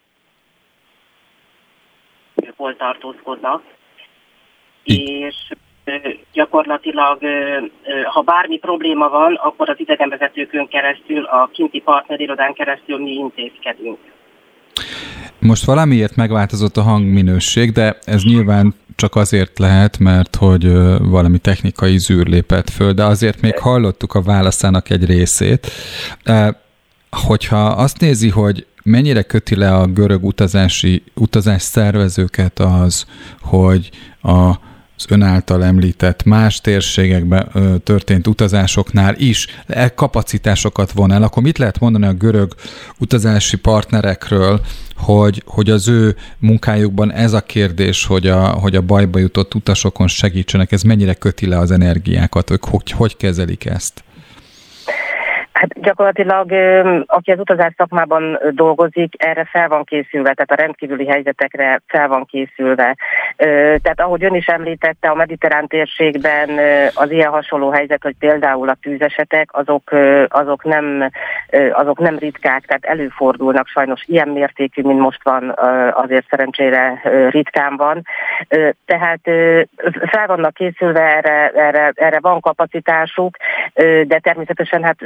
hol tartózkodnak, és gyakorlatilag, ha bármi probléma van, akkor az idegenvezetőkön keresztül, a kinti partnerirodán keresztül mi intézkedünk. Most valamiért megváltozott a hangminőség, de ez nyilván csak azért lehet, mert hogy valami technikai zűr lépett föl, de azért még hallottuk a válaszának egy részét. Hogyha azt nézi, hogy mennyire köti le a görög utazás szervezőket az, hogy az ön által említett más térségekben történt utazásoknál is kapacitásokat von el, akkor mit lehet mondani a görög utazási partnerekről, hogy az ő munkájukban ez a kérdés, hogy a bajba jutott utasokon segítsenek, ez mennyire köti le az energiákat, hogy kezelik ezt? Hát gyakorlatilag, aki az utazás szakmában dolgozik, erre fel van készülve, tehát a rendkívüli helyzetekre fel van készülve. Tehát ahogy ön is említette, a mediterrán térségben az ilyen hasonló helyzet, hogy például a tűzesetek, azok nem ritkák, tehát előfordulnak sajnos ilyen mértékű, mint most van, azért szerencsére ritkán van. Tehát fel vannak készülve, erre van kapacitásuk, de természetesen hát senki sem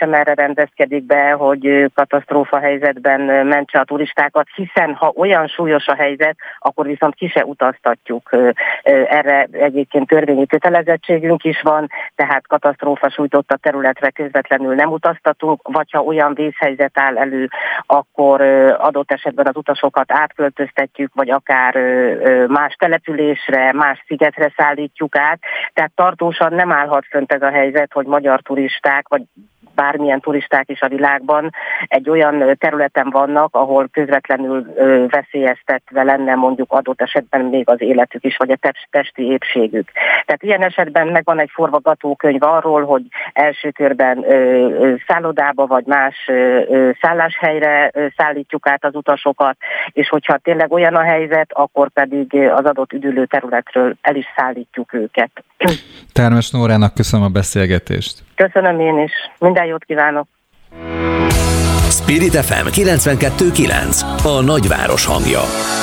sem erre rendezkedik be, hogy katasztrófa helyzetben mentse a turistákat, hiszen ha olyan súlyos a helyzet, akkor viszont ki se utaztatjuk. Erre egyébként törvényi kötelezettségünk is van, tehát katasztrófa sújtotta területre közvetlenül nem utaztatunk, vagy ha olyan vészhelyzet áll elő, akkor adott esetben az utasokat átköltöztetjük, vagy akár más településre, más szigetre szállítjuk át. Tehát tartósan nem állhat fönt ez a helyzet, hogy magyar turisták, vagy bármilyen turisták is a világban egy olyan területen vannak, ahol közvetlenül veszélyeztetve lenne mondjuk adott esetben még az életük is, vagy a testi épségük. Tehát ilyen esetben megvan egy forgatókönyv arról, hogy első körben szállodába vagy más szálláshelyre szállítjuk át az utasokat, és hogyha tényleg olyan a helyzet, akkor pedig az adott üdülő területről el is szállítjuk őket. Termes Nórának köszönöm a beszélgetést. Köszönöm én is. Minden jót kívánok. Spirit FM 92.9, a nagyváros hangja.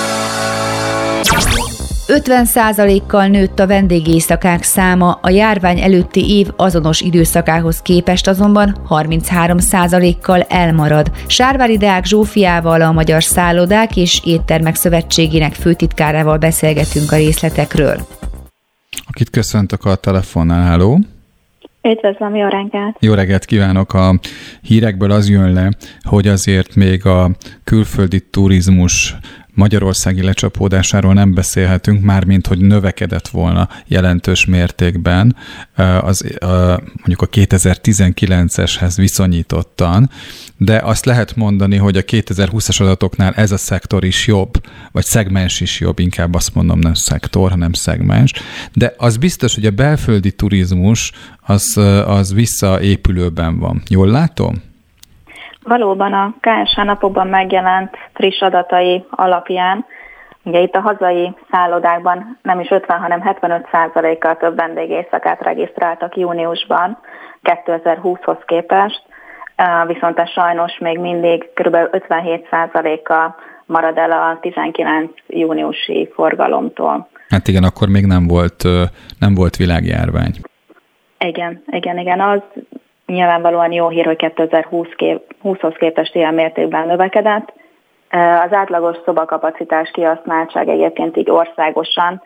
50%-kal nőtt a vendégéjszakák száma, a járvány előtti év azonos időszakához képest azonban 33%-kal elmarad. Sárvári Deák Zsófiával, a Magyar Szállodák és Éttermek Szövetségének főtitkárával beszélgetünk a részletekről. Akit köszöntök a telefonnál, háló! Üdvözlöm, jó reggelt! Jó reggelt kívánok! A hírekből az jön le, hogy azért még a külföldi turizmus magyarországi lecsapódásáról nem beszélhetünk, mármint hogy növekedett volna jelentős mértékben, mondjuk a 2019-eshez viszonyítottan, de azt lehet mondani, hogy a 2020-as adatoknál ez a szektor is jobb, vagy szegmens is jobb, inkább azt mondom, nem szektor, hanem szegmens, de az biztos, hogy a belföldi turizmus az visszaépülőben van. Jól látom? Valóban a KSH napokban megjelent friss adatai alapján, ugye itt a hazai szállodákban nem is 50, hanem 75%-kal több vendégéjszakát regisztráltak júniusban 2020-hoz képest, viszont ez sajnos még mindig kb. 57%-kal marad el a 19 júniusi forgalomtól. Hát igen, akkor még nem volt világjárvány. Igen, az nyilvánvalóan jó hír, hogy 2020-hoz képest ilyen mértékben növekedett. Az átlagos szobakapacitás kihasználtság egyébként így országosan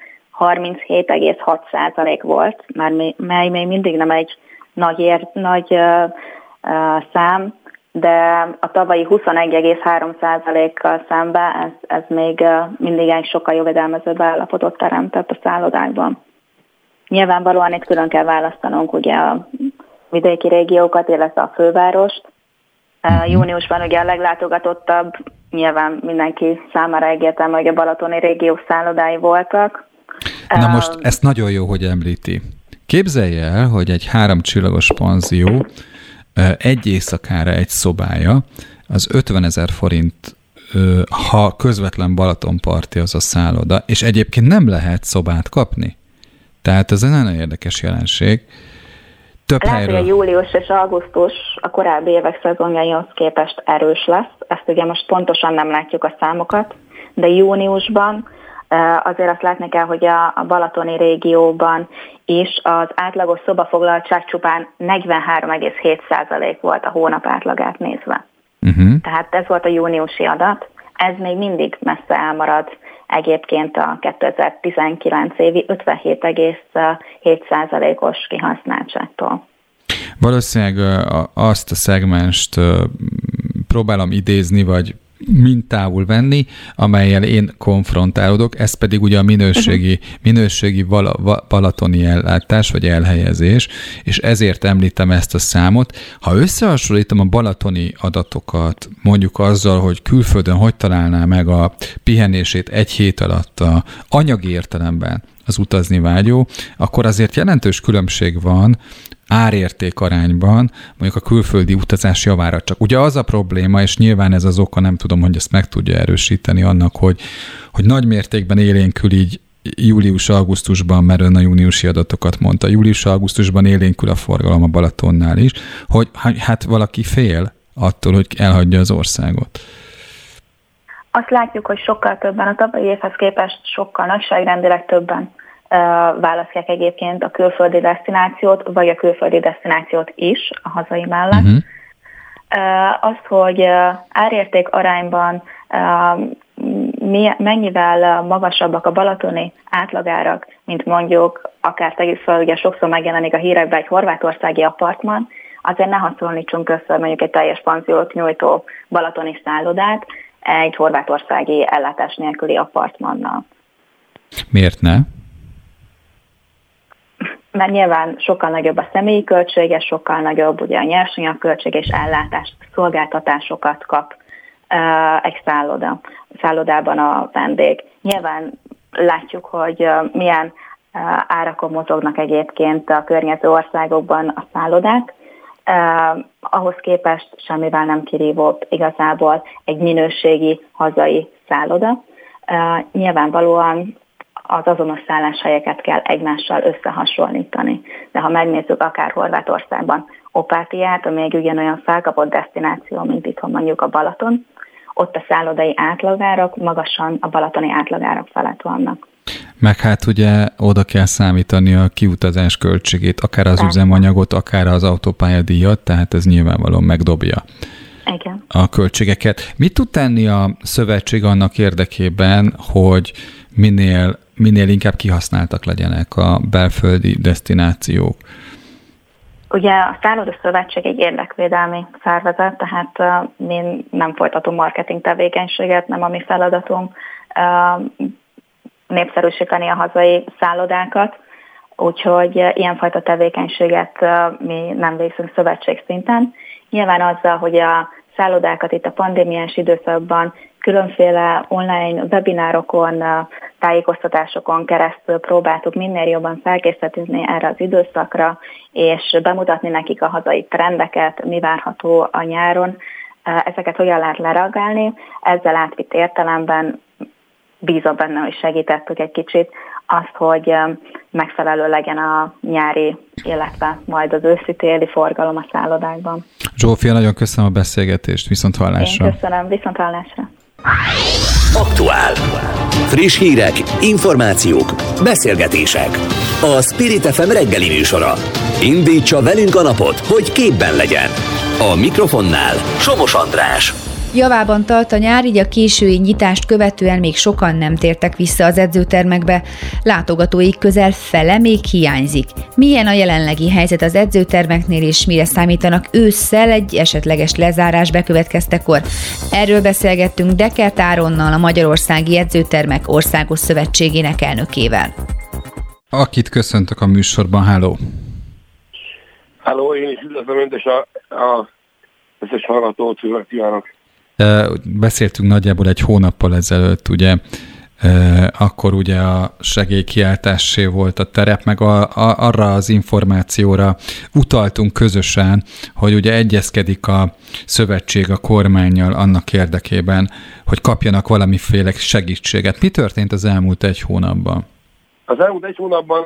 37,6% volt, mely még mindig nem egy nagy szám, de a tavalyi 21,3%-kal szemben ez még mindig egy sokkal jövedelmezőbb állapotot teremtett a szállodákban. Nyilvánvalóan itt külön kell választanunk ugye a vidéki régiókat, illetve a fővárost. Júniusban ugye a leglátogatottabb, nyilván mindenki számára egyértelmű, hogy a balatoni régió szállodái voltak. Na most ezt nagyon jó, hogy említi. Képzelje el, hogy egy 3 csillagos panzió egy éjszakára egy szobája, az 50 000 forint, ha közvetlen Balatonparti az a szálloda, és egyébként nem lehet szobát kapni. Tehát ez egy nagyon érdekes jelenség. Lehet, hogy a július és augusztus a korábbi évek szezonjaihoz képest erős lesz. Ezt ugye most pontosan nem látjuk a számokat, de júniusban azért azt látni kell, hogy a balatoni régióban is az átlagos szobafoglaltság csupán 43,7% volt a hónap átlagát nézve. Tehát ez volt a júniusi adat. Ez még mindig messze elmarad egyébként a 2019 évi 57,7%-os kihasználtságtól. Valószínűleg azt a szegmenst próbálom idézni, vagy mintául venni, amellyel én konfrontálódok, ez pedig ugye a minőségi balatoni ellátás, vagy elhelyezés, és ezért említem ezt a számot. Ha összehasonlítom a balatoni adatokat, mondjuk azzal, hogy külföldön hogy találná meg a pihenését egy hét alatt a anyagi értelemben az utazni vágyó, akkor azért jelentős különbség van árérték arányban, mondjuk a külföldi utazás javára csak. Ugye az a probléma, és nyilván ez az oka, nem tudom, hogy ezt meg tudja erősíteni annak, hogy nagy mértékben élénkül így július-augusztusban, mert ön a júniusi adatokat mondta, július-augusztusban élénkül a forgalom a Balatonnál is, hogy hát valaki fél attól, hogy elhagyja az országot. Azt látjuk, hogy sokkal többen, a tavalyi évhez képest sokkal nagyságrendileg többen választják egyébként a külföldi desztinációt, vagy a külföldi desztinációt is a hazai mellett. Azt, hogy árérték arányban mennyivel magasabbak a balatoni átlagárak, mint mondjuk, akár tegyük fel, ugye sokszor megjelenik a hírekben egy horvátországi apartman, azért ne hasonlítsunk össze mondjuk egy teljes panziót nyújtó balatoni szállodát egy horvátországi ellátás nélküli apartmannal. Miért ne? Mert nyilván sokkal nagyobb a személyi költsége, sokkal nagyobb ugye a nyersanyagköltség és ellátás szolgáltatásokat kap egy szállodában a vendég. Nyilván látjuk, hogy milyen árakon mozognak egyébként a környező országokban a szállodák. Ahhoz képest semmivel nem kirívóbb igazából egy minőségi hazai szálloda. Nyilvánvalóan az azonos szálláshelyeket kell egymással összehasonlítani. De ha megnézzük akár Horvátországban Opátiát, ami egy ugyanolyan felkapott desztináció, mint itthon mondjuk a Balaton, ott a szállodai átlagárak magasan a balatoni átlagárak felett vannak. Meg hát ugye oda kell számítani a kiutazás költségét, akár az üzemanyagot, akár az autópályadíjat, tehát ez nyilvánvalóan megdobja Igen. a költségeket. Mit tud tenni a szövetség annak érdekében, hogy minél inkább kihasználtak legyenek a belföldi desztinációk? Ugye a Szálloda Szövetség egy érdekvédelmi szervezet, tehát mi nem folytatunk marketing tevékenységet, nem a mi feladatunk népszerűsíteni a hazai szállodákat, úgyhogy ilyenfajta tevékenységet mi nem végzünk szövetség szinten. Nyilván azzal, hogy a szállodákat itt a pandémiás időszakban különféle online webinárokon, tájékoztatásokon keresztül próbáltuk minél jobban felkészíteni erre az időszakra, és bemutatni nekik a hazai trendeket, mi várható a nyáron, ezeket hogyan lehet lereagálni. Ezzel átvitt értelemben bízom benne, hogy segítettük egy kicsit azt, hogy megfelelő legyen a nyári, illetve majd az őszi-téli forgalom a szállodákban. Zsófia, nagyon köszönöm a beszélgetést, viszonthallásra. Én köszönöm, viszonthallásra. Aktuál. Friss hírek, információk, beszélgetések. A Spirit FM reggeli műsora. Indítsa velünk a napot, hogy képben legyen. A mikrofonnál Somos András. Javában tart a nyár, így a késői nyitást követően még sokan nem tértek vissza az edzőtermekbe. Látogatóik közel fele még hiányzik. Milyen a jelenlegi helyzet az edzőtermeknél, és mire számítanak ősszel egy esetleges lezárás bekövetkeztekor? Erről beszélgettünk Dekert Áronnal, a Magyarországi Edzőtermek Országos Szövetségének elnökével. Akit köszöntök a műsorban, háló! Háló, én is üdvözlöm önt, és a összes hallgatót kívánok. Beszéltünk nagyjából egy hónappal ezelőtt, ugye, akkor ugye a segélykiáltássé volt a terep, meg arra az információra utaltunk közösen, hogy ugye egyezkedik a szövetség a kormánnyal annak érdekében, hogy kapjanak valamiféle segítséget. Mi történt az elmúlt egy hónapban? Az elmúlt egy hónapban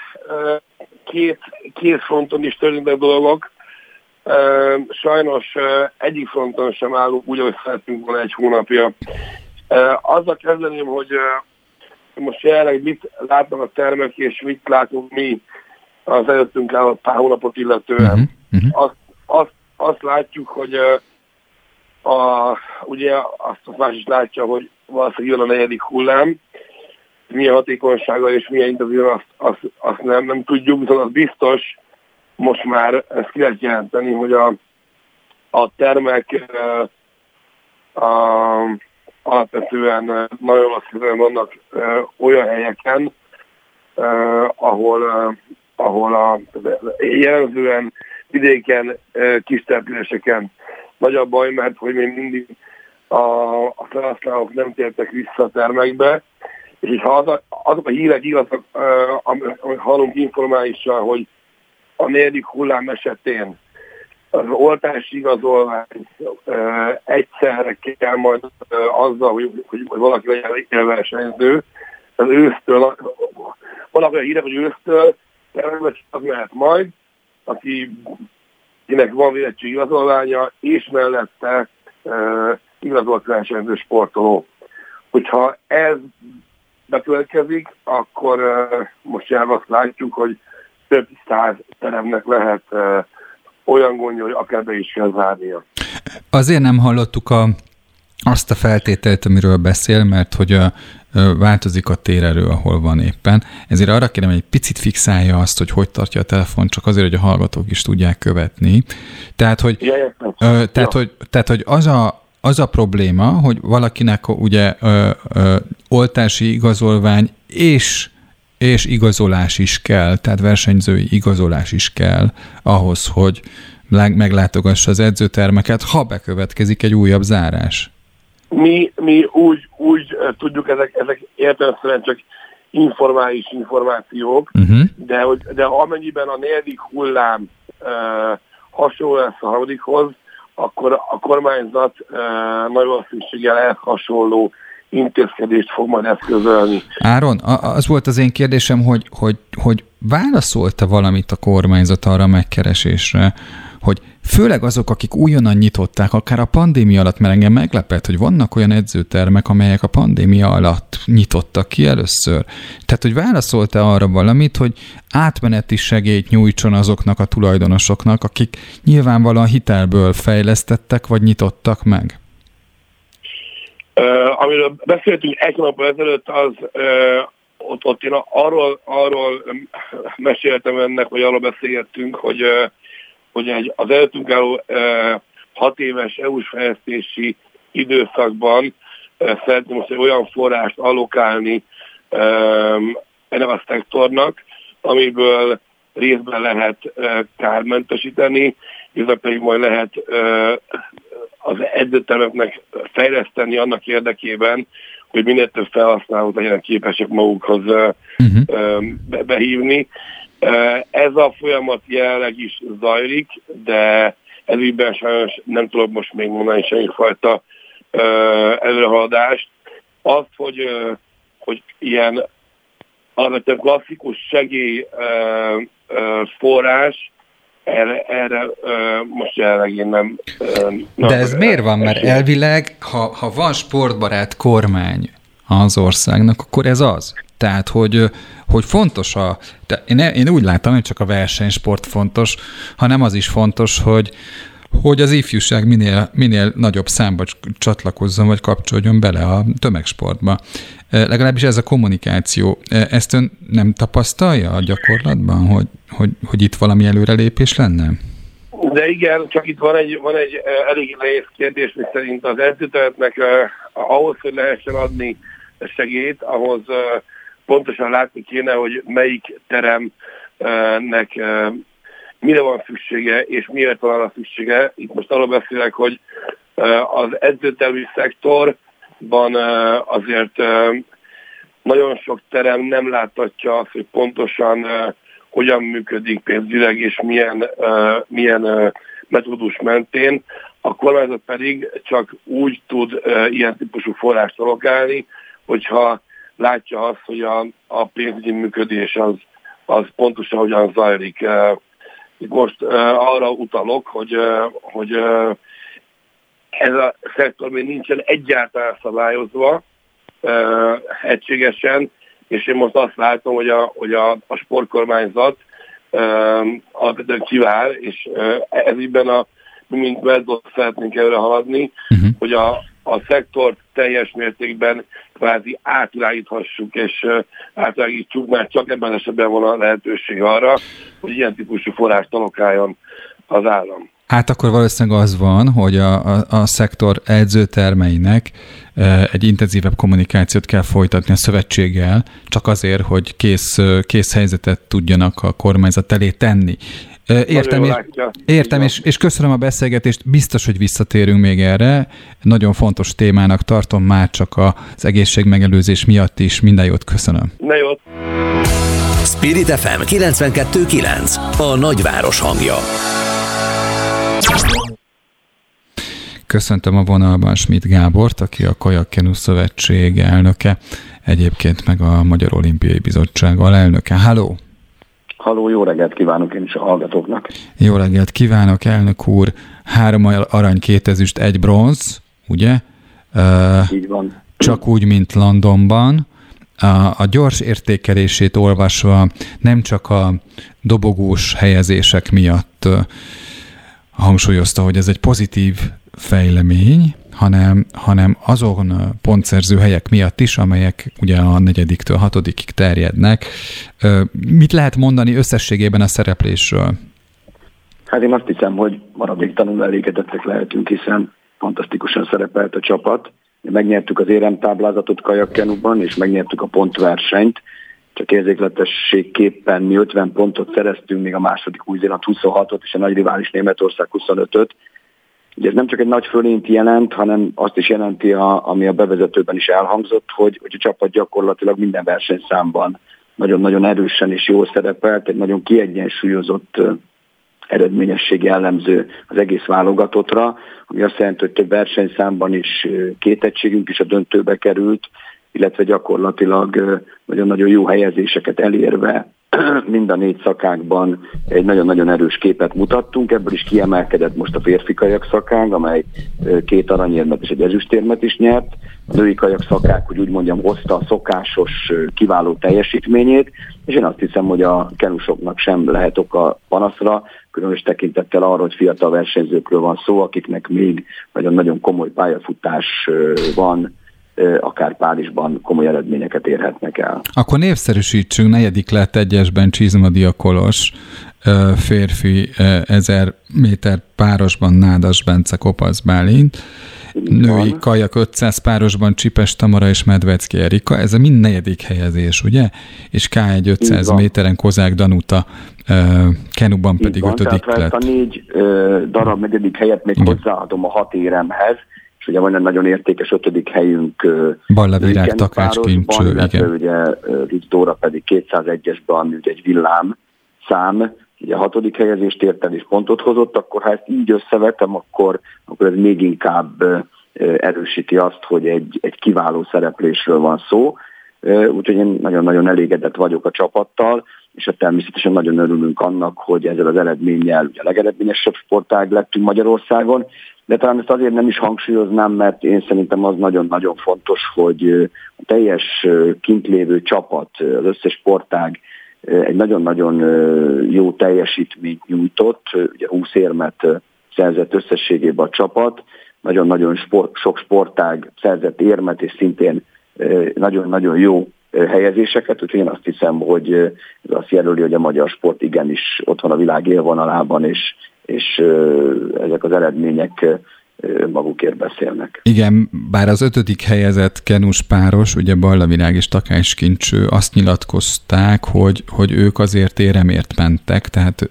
két fronton is történtek dolgok. Sajnos egyik fronton sem állunk úgy, ahogy szerettünk volna egy hónapja. Azzal kezdeném, hogy most jelenleg mit látnak a termek, és mit látunk mi az előttünk álló pár hónapot illetően. Azt látjuk, hogy ugye azt más is látja, hogy valószínűleg jön a negyedik hullám. Milyen hatékonysággal és milyen intenzíven azt nem tudjuk, viszont az biztos, most már ezt ki lehet jelenteni, hogy a termek alapvetően nagyon lasszíven vannak olyan helyeken, ahol jellemzően vidéken, kis településeken nagy a baj, mert hogy még mindig a felhasználók nem tértek vissza a termekbe, és ha azok a hírek igazak, amit hallunk informálisan, hogy a negyedik hullám esetén az oltási igazolvány egyszerre kell majd azzal, hogy valaki legyen élversenyző. Az ősztől, vannak olyan hírek, hogy ősztől az mehet majd, akinek van védettségi igazolványa, és mellette igazolt versenyző sportoló. Hogyha ez bekövetkezik, akkor most már azt látjuk, hogy több száz teremnek lehet olyan gondja, hogy akár be is kell zárnia. Azért nem hallottuk azt a feltételt, amiről beszél, mert hogy változik a térerő, ahol van éppen. Ezért arra kérem, hogy egy picit fixálja azt, hogy tartja a telefon, csak azért, hogy a hallgatók is tudják követni. Tehát, hogy az a probléma, hogy valakinek ugye oltási igazolvány és igazolás is kell, tehát versenyzői igazolás is kell ahhoz, hogy meglátogassa az edzőtermeket, ha bekövetkezik egy újabb zárás. Mi úgy tudjuk, ezek értelemszerűen csak informális információk, de amennyiben a 4. hullám hasonló lesz a 3-hoz, akkor a kormányzat nagy valószínűséggel ehhez hasonló intézkedést fog majd eszközölni. Áron, az volt az én kérdésem, hogy válaszolta valamit a kormányzat arra a megkeresésre, hogy főleg azok, akik újonnan nyitották, akár a pandémia alatt, mert engem meglepett, hogy vannak olyan edzőtermek, amelyek a pandémia alatt nyitottak ki először. Tehát, hogy válaszolta arra valamit, hogy átmeneti segélyt nyújtson azoknak a tulajdonosoknak, akik nyilvánvalóan hitelből fejlesztettek, vagy nyitottak meg? Amiről beszéltünk egy nappal ezelőtt, ott én arról meséltem önnek, vagy arról beszélgettünk, hogy az előttünk álló 6 éves EU-s fejlesztési időszakban szeretném most egy olyan forrást allokálni ennek a szektornak, amiből részben lehet kármentesíteni, illetve pedig majd lehet az edzőtermeknek fejleszteni annak érdekében, hogy minél több felhasználót legyenek képesek magukhoz behívni. Ez a folyamat jelenleg is zajlik, de ezügyben sajnos nem tudok most még mondani semmifajta előrehaladást. Azt, hogy ilyen alapvetően klasszikus segély forrás, erre most jelenleg én nem... De ez miért van? Mert elvileg, ha van sportbarát kormány az országnak, akkor ez az. Tehát, hogy fontos én úgy látom, hogy csak a versenysport fontos, hanem az is fontos, hogy az ifjúság minél nagyobb számba csatlakozzon, vagy kapcsoljon bele a tömegsportba. Legalábbis ez a kommunikáció. Ezt ön nem tapasztalja a gyakorlatban, hogy itt valami előrelépés lenne? De igen, csak itt van egy elég nehéz kérdés, mi szerint az edzőterületnek ahhoz, hogy lehessen adni segélyt, ahhoz pontosan látni kéne, hogy melyik teremnek mire van szüksége, és miért van arra szüksége. Itt most arról beszélek, hogy az edzőtermi szektorban azért nagyon sok terem nem láthatja azt, hogy pontosan hogyan működik pénzügyileg, és milyen metódus mentén. A kormányzat pedig csak úgy tud ilyen típusú forrást allokálni, hogyha látja azt, hogy a pénzügyi működés az pontosan hogyan zajlik. Itt most arra utalok, hogy ez a szektor még nincsen egyáltalán szabályozva egységesen, és én most azt látom, hogy a sportkormányzat alapvetően kivál, és ezügyben mint Vezdot szeretnénk előre haladni, hogy a szektort teljes mértékben kvázi átirányíthassuk, és átirányítsuk, mert csak ebben esetben van a lehetőség arra, hogy ilyen típusú forrást allokáljon az állam. Hát akkor valószínűleg az van, hogy a szektor edzőtermeinek egy intenzívebb kommunikációt kell folytatni a szövetséggel, csak azért, hogy kész helyzetet tudjanak a kormányzat elé tenni. Értem, és köszönöm a beszélgetést, biztos, hogy visszatérünk még erre. Nagyon fontos témának tartom, már csak az egészségmegelőzés miatt is. Minden jót, köszönöm. Na jót. Spirit FM 92.9, a nagyváros hangja. Köszöntöm a vonalban Schmidt Gábort, aki a Kajakkenu Szövetség elnöke, egyébként meg a Magyar Olimpiai Bizottság alelnöke. Halló! Halló, jó reggelt kívánok én is a hallgatóknak. Jó reggelt kívánok, elnök úr. 3 arany, 2 ezüst, 1 bronz, ugye? Így van. Csak úgy, mint Londonban. A gyors értékelését olvasva nem csak a dobogós helyezések miatt hangsúlyozta, hogy ez egy pozitív fejlemény, hanem azon pontszerző helyek miatt is, amelyek ugye a 4-től 6-ig terjednek. Mit lehet mondani összességében a szereplésről? Hát én azt hiszem, hogy maradéktalanul elégedettek lehetünk, hiszen fantasztikusan szerepelt a csapat. Megnyertük az éremtáblázatot kajakkenúban, és megnyertük a pontversenyt. Csak érzékletességképpen mi 50 pontot szereztünk, még a második Új-Zéland 26-ot, és a nagy rivális Németország 25-öt. Ugye ez nem csak egy nagy fölényt jelent, hanem azt is jelenti, ami a bevezetőben is elhangzott, hogy a csapat gyakorlatilag minden versenyszámban nagyon-nagyon erősen és jól szerepelt, egy nagyon kiegyensúlyozott eredményesség jellemző az egész válogatottra, ami azt jelenti, hogy több versenyszámban is 2 egységünk is a döntőbe került, illetve gyakorlatilag nagyon-nagyon jó helyezéseket elérve mind a 4 szakákban egy nagyon-nagyon erős képet mutattunk. Ebből is kiemelkedett most a férfi kajak szakág, amely 2 aranyérmet és egy ezüstérmet is nyert. A női kajak szakák, hogy úgy mondjam, hozta a szokásos kiváló teljesítményét, és én azt hiszem, hogy a kenusoknak sem lehet oka panaszra, különös tekintettel arra, hogy fiatal versenyzőkről van szó, akiknek még nagyon-nagyon komoly pályafutás van, akár Párizsban komoly eredményeket érhetnek el. Akkor népszerűsítsünk, 4. lett 1-esben Csizmadia Kolos, férfi 1000 méter párosban Nádas Bence, Kopasz Bálint, női kajak 500 párosban Csipes Tamara és Medvecki Erika, ez a mind 4. helyezés, ugye? És K1 500 méteren Kozák Danuta, kenuban pedig 5. lett. Tehát ezt a 4 darab 4. helyet még hozzáadom a 6 éremhez, és ugye van egy nagyon értékes 5. helyünk Balla Virág, Takács Kincső, igen. Ugye Ritz Dóra pedig 201-esben, ami ugye egy villám szám, ugye a 6. helyezést ért el és pontot hozott, akkor ha ezt így összevetem, akkor ez még inkább erősíti azt, hogy egy kiváló szereplésről van szó. Úgyhogy én nagyon-nagyon elégedett vagyok a csapattal, és természetesen nagyon örülünk annak, hogy ezzel az eredménnyel ugye a legeredményesebb sportág lettünk Magyarországon, de talán ezt azért nem is hangsúlyoznám, mert én szerintem az nagyon-nagyon fontos, hogy a teljes kint lévő csapat, az összes sportág egy nagyon-nagyon jó teljesítményt nyújtott, ugye 20 érmet szerzett összességében a csapat, nagyon-nagyon sok sportág szerzett érmet, és szintén nagyon-nagyon jó helyezéseket, úgyhogy én azt hiszem, hogy ez azt jelöli, hogy a magyar sport igenis ott van a világ élvonalában, és ezek az eredmények magukért beszélnek. Igen, bár az 5. helyezett kenus páros, ugye Balla Virág és Takács Kincső azt nyilatkozták, hogy ők azért éremért mentek,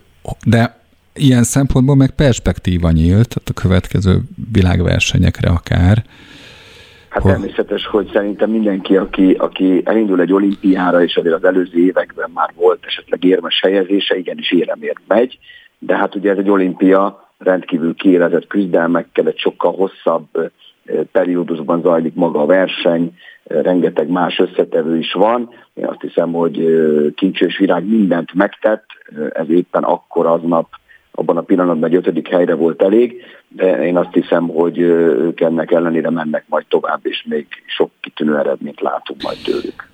de ilyen szempontból meg perspektíva nyílt a következő világversenyekre akár. Hát természetes, hogy szerintem mindenki, aki elindul egy olimpiára, és azért az előző években már volt esetleg érmes helyezése, igenis éremért megy, de hát ugye ez egy olimpia, rendkívül kiélezett küzdelmekkel, egy sokkal hosszabb periódusban zajlik maga a verseny, rengeteg más összetevő is van. Én azt hiszem, hogy Kincső és Virág mindent megtett, ez éppen akkor aznap, abban a pillanatban egy 5. helyre volt elég, de én azt hiszem, hogy ők ennek ellenére mennek majd tovább, és még sok kitűnő eredményt látunk majd tőlük.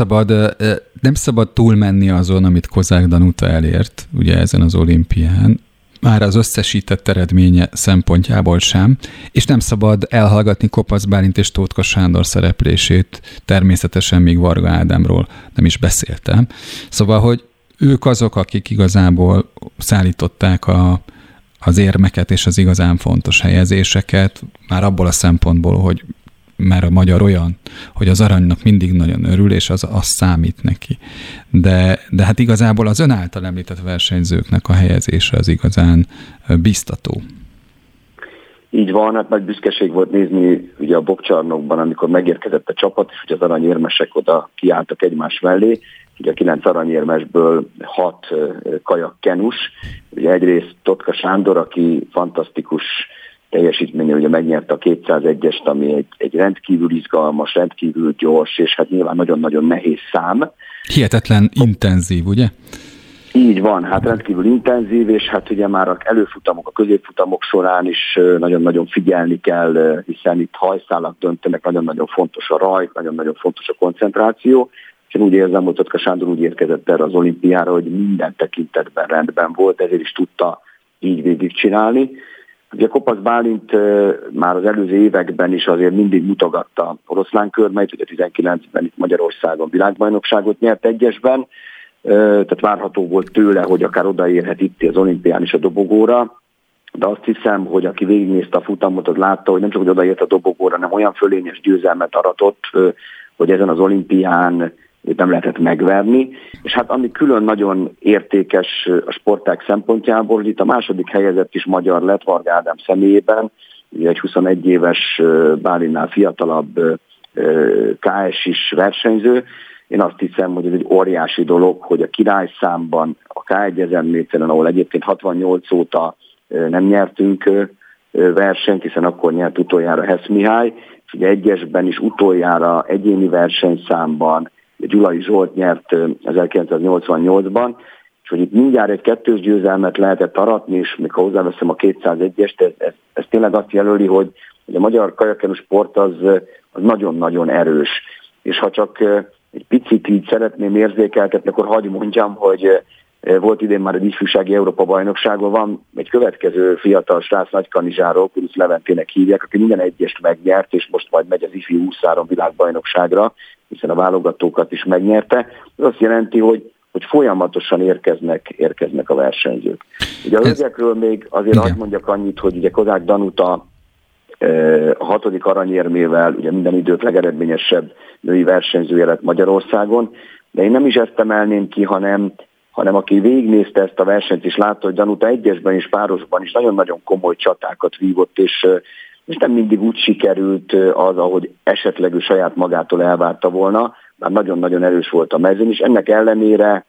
Nem szabad túlmenni azon, amit Kozák Danuta elért, ugye ezen az olimpián, már az összesített eredménye szempontjából sem, és nem szabad elhallgatni Kopasz Bálint és Tótka Sándor szereplését, természetesen még Varga Ádámról nem is beszéltem. Szóval, hogy ők azok, akik igazából szállították az érmeket és az igazán fontos helyezéseket, már abból a szempontból, hogy már a magyar olyan, hogy az aranynak mindig nagyon örül, és az számít neki. De hát igazából az ön által említett versenyzőknek a helyezése az igazán biztató. Így van, hát nagy büszkeség volt nézni ugye a bokcsarnokban, amikor megérkezett a csapat, és ugye az aranyérmesek oda kiálltak egymás mellé. Ugye a 9 aranyérmesből 6 kajakkenus. Ugye egyrészt Totka Sándor, aki fantasztikus teljesítménye, ugye megnyerte a 201-est, ami egy rendkívül izgalmas, rendkívül gyors, és hát nyilván nagyon-nagyon nehéz szám. Hihetetlen intenzív, ugye? Így van, hát rendkívül intenzív, és hát ugye már a előfutamok, a középfutamok során is nagyon-nagyon figyelni kell, hiszen itt hajszálak döntenek, nagyon-nagyon fontos a rajt, nagyon-nagyon fontos a koncentráció, és én úgy érzem, hogy Totka Sándor úgy érkezett erre az olimpiára, hogy minden tekintetben rendben volt, ezért is tudta így végigcsinálni. Ugye Kopasz Bálint már az előző években is azért mindig mutogatta oroszlánkörmeit, ugye 19-ben itt Magyarországon világbajnokságot nyert egyesben, tehát várható volt tőle, hogy akár odaérhet itt az olimpián is a dobogóra, de azt hiszem, hogy aki végignézte a futamot, az látta, hogy nem csak hogy odaért a dobogóra, hanem olyan fölényes győzelmet aratott, hogy ezen az olimpián nem lehetett megverni, és hát ami külön nagyon értékes a sportág szempontjából, itt a második helyezett is magyar lett Varga Ádám személyében, ugye egy 21 éves Bálinnál fiatalabb KS-is versenyző. Én azt hiszem, hogy ez egy óriási dolog, hogy a királyszámban, a K1 1000-méteren, ahol egyébként 68 óta nem nyertünk versenyt, hiszen akkor nyert utoljára Hess Mihály, és ugye egyesben is utoljára egyéni versenyszámban Gyulai Zsolt nyert 1988-ban, és hogy itt mindjárt egy kettős győzelmet lehetett aratni, és még ha hozzáveszem a 201-est, ez tényleg azt jelöli, hogy a magyar kajakkenu sport az nagyon-nagyon erős. És ha csak egy picit így szeretném érzékeltetni, akkor hadd mondjam, hogy volt idén már egy ifjúsági Európa-bajnokságon, van egy következő fiatal srác Nagykanizsáról, Kurusz Leventének hívják, aki minden egyest megnyert, és most majd megy az ifjú 23 világbajnokságra, hiszen a válogatókat is megnyerte. Ez azt jelenti, hogy folyamatosan érkeznek a versenyzők. Ugye a hölgyekről még azért hadd mondjak annyit, hogy ugye Kozák Danuta a 6. aranyérmével ugye minden idők legeredményesebb női versenyzője lett Magyarországon, de én nem is ezt emelném ki, hanem aki végignézte ezt a versenyt, és látta, hogy Danuta egyesben és párosban is nagyon-nagyon komoly csatákat vívott, és nem mindig úgy sikerült az, ahogy esetleg ő saját magától elvárta volna, már nagyon-nagyon erős volt a mezőn, és ennek ellenére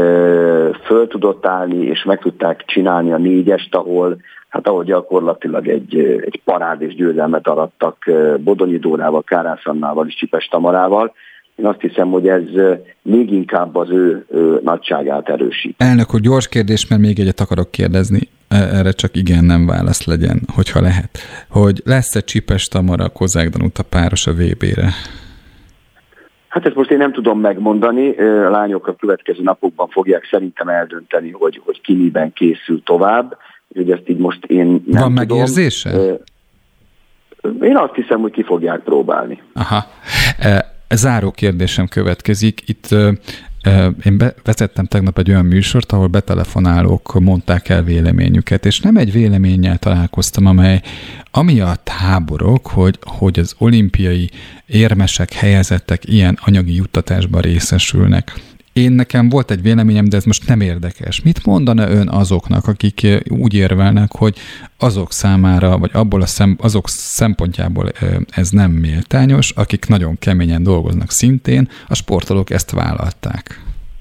föl tudott állni, és meg tudták csinálni a 4-est, ahol gyakorlatilag egy parádés győzelmet arattak Bodonyi Dórával, Kárász Annával és Csipes Tamarával. Én azt hiszem, hogy ez még inkább az ő nagyságát erősít. Elnök úr, gyors kérdés, mert még egyet akarok kérdezni. Erre csak igen-nem válasz legyen, hogyha lehet. Hogy lesz-e Csipes Tamara, Kozák Danuta páros a VB-re? Hát ezt most én nem tudom megmondani. A lányok a következő napokban fogják szerintem eldönteni, hogy ki miben készül tovább. Úgyhogy ezt így most én nem tudom. Van megérzése? Én azt hiszem, hogy ki fogják próbálni. Aha. Záró kérdésem következik. Itt én vezettem tegnap egy olyan műsort, ahol betelefonálók mondták el véleményüket, és nem egy véleménnyel találkoztam, amely amiatt háborog, hogy az olimpiai érmesek, helyezettek ilyen anyagi juttatásban részesülnek. Nekem volt egy véleményem, de ez most nem érdekes. Mit mondana ön azoknak, akik úgy érvelnek, hogy azok számára, vagy azok szempontjából ez nem méltányos, akik nagyon keményen dolgoznak szintén, a sportolók ezt vállalták?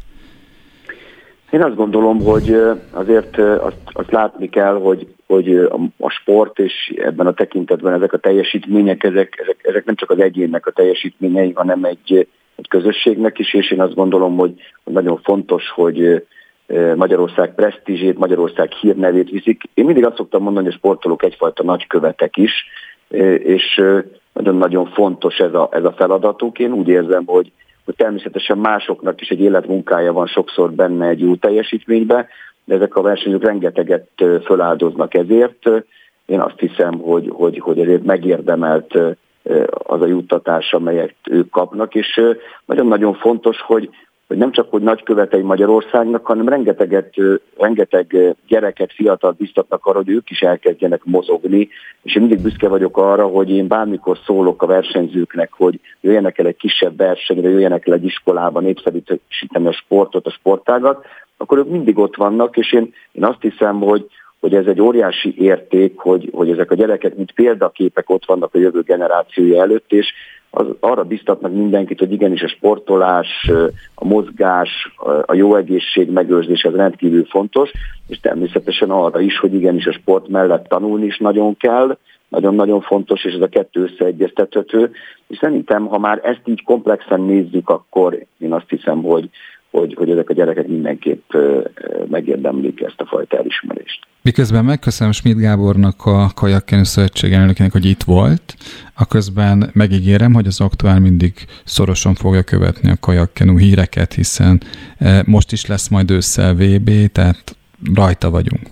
Én azt gondolom, hogy azért azt látni kell, hogy a sport és ebben a tekintetben ezek a teljesítmények, ezek nem csak az egyénnek a teljesítményei, hanem egy közösségnek is, és én azt gondolom, hogy nagyon fontos, hogy Magyarország presztízsét, Magyarország hírnevét viszik. Én mindig azt szoktam mondani, hogy a sportolók egyfajta nagykövetek is, és nagyon-nagyon fontos ez a feladatuk. Én úgy érzem, hogy természetesen másoknak is egy életmunkája van sokszor benne egy jó teljesítménybe, de ezek a versenyzők rengeteget föláldoznak ezért. Én azt hiszem, hogy ezért megérdemelt az a juttatás, amelyet ők kapnak, és nagyon-nagyon fontos, hogy nem csak hogy nagykövetei Magyarországnak, hanem rengeteg gyereket, fiatalt biztatnak arra, hogy ők is elkezdjenek mozogni, és én mindig büszke vagyok arra, hogy én bármikor szólok a versenyzőknek, hogy jöjjenek el egy kisebb versenyre, jöjjenek el egy iskolába, népszerűsíteni a sportot, a sportágat, akkor ők mindig ott vannak, és én azt hiszem, hogy ez egy óriási érték, hogy ezek a gyerekek, mint példaképek ott vannak a jövő generációja előtt, és arra biztatnak mindenkit, hogy igenis a sportolás, a mozgás, a jó egészség megőrzés az rendkívül fontos, és természetesen arra is, hogy igenis a sport mellett tanulni is nagyon kell, nagyon-nagyon fontos, és ez a kettő összeegyeztethető. És szerintem, ha már ezt így komplexen nézzük, akkor én azt hiszem, hogy ezek a gyerekek mindenképp megérdemlik ezt a fajta elismerést. Miközben megköszönöm Schmidt Gábornak, a Kajakkenu Szövetség elnökének, hogy itt volt, aközben megígérem, hogy az aktuál mindig szorosan fogja követni a kajakkenu híreket, hiszen most is lesz majd ősszel VB, tehát rajta vagyunk.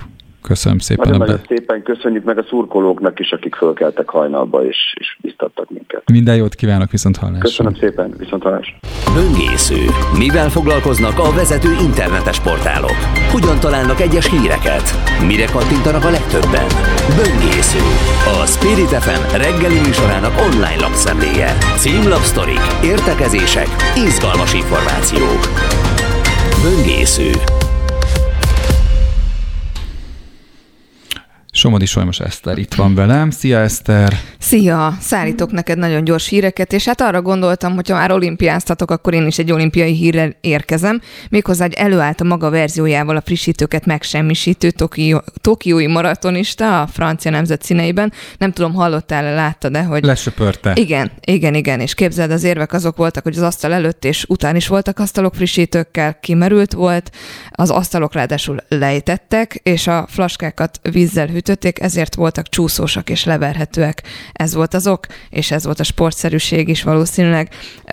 Köszönöm szépen. Nagyon szépen köszönjük meg a szurkolóknak is, akik fölkeltek hajnalba, és biztattak minket. Minden jót kívánok, viszonthallásra. Köszönöm szépen, viszonthallásra. Böngésző. Mivel foglalkoznak a vezető internetes portálok? Hogyan találnak egyes híreket? Mire kattintanak a legtöbben? Böngésző. A Spirit FM reggeli műsorának online lapszemléje. Címlapsztorik, értekezések, izgalmas információk. Böngésző. Somodi Solymos Eszter itt van velem. Szia, Eszter! Szia! Szállítok neked nagyon gyors híreket, és hát arra gondoltam, hogy ha már olimpiáztatok, akkor én is egy olimpiai hírrel érkezem. Méghozzá, hogy előállt a maga verziójával a frissítőket megsemmisítő tokiói maratonista a francia nemzet színeiben. Nem tudom, hallottál-e, láttad-e, hogy... Lesöpörte. Igen, és képzeld, az érvek azok voltak, hogy az asztal előtt és után is voltak asztalok frissítőkkel, kimerült volt, az asztalok ráadásul lejtettek, és a flaskákat vízzel hűtötték, ezért voltak csúszósak és leverhetőek. Ez volt az ok, és ez volt a sportszerűség is valószínűleg.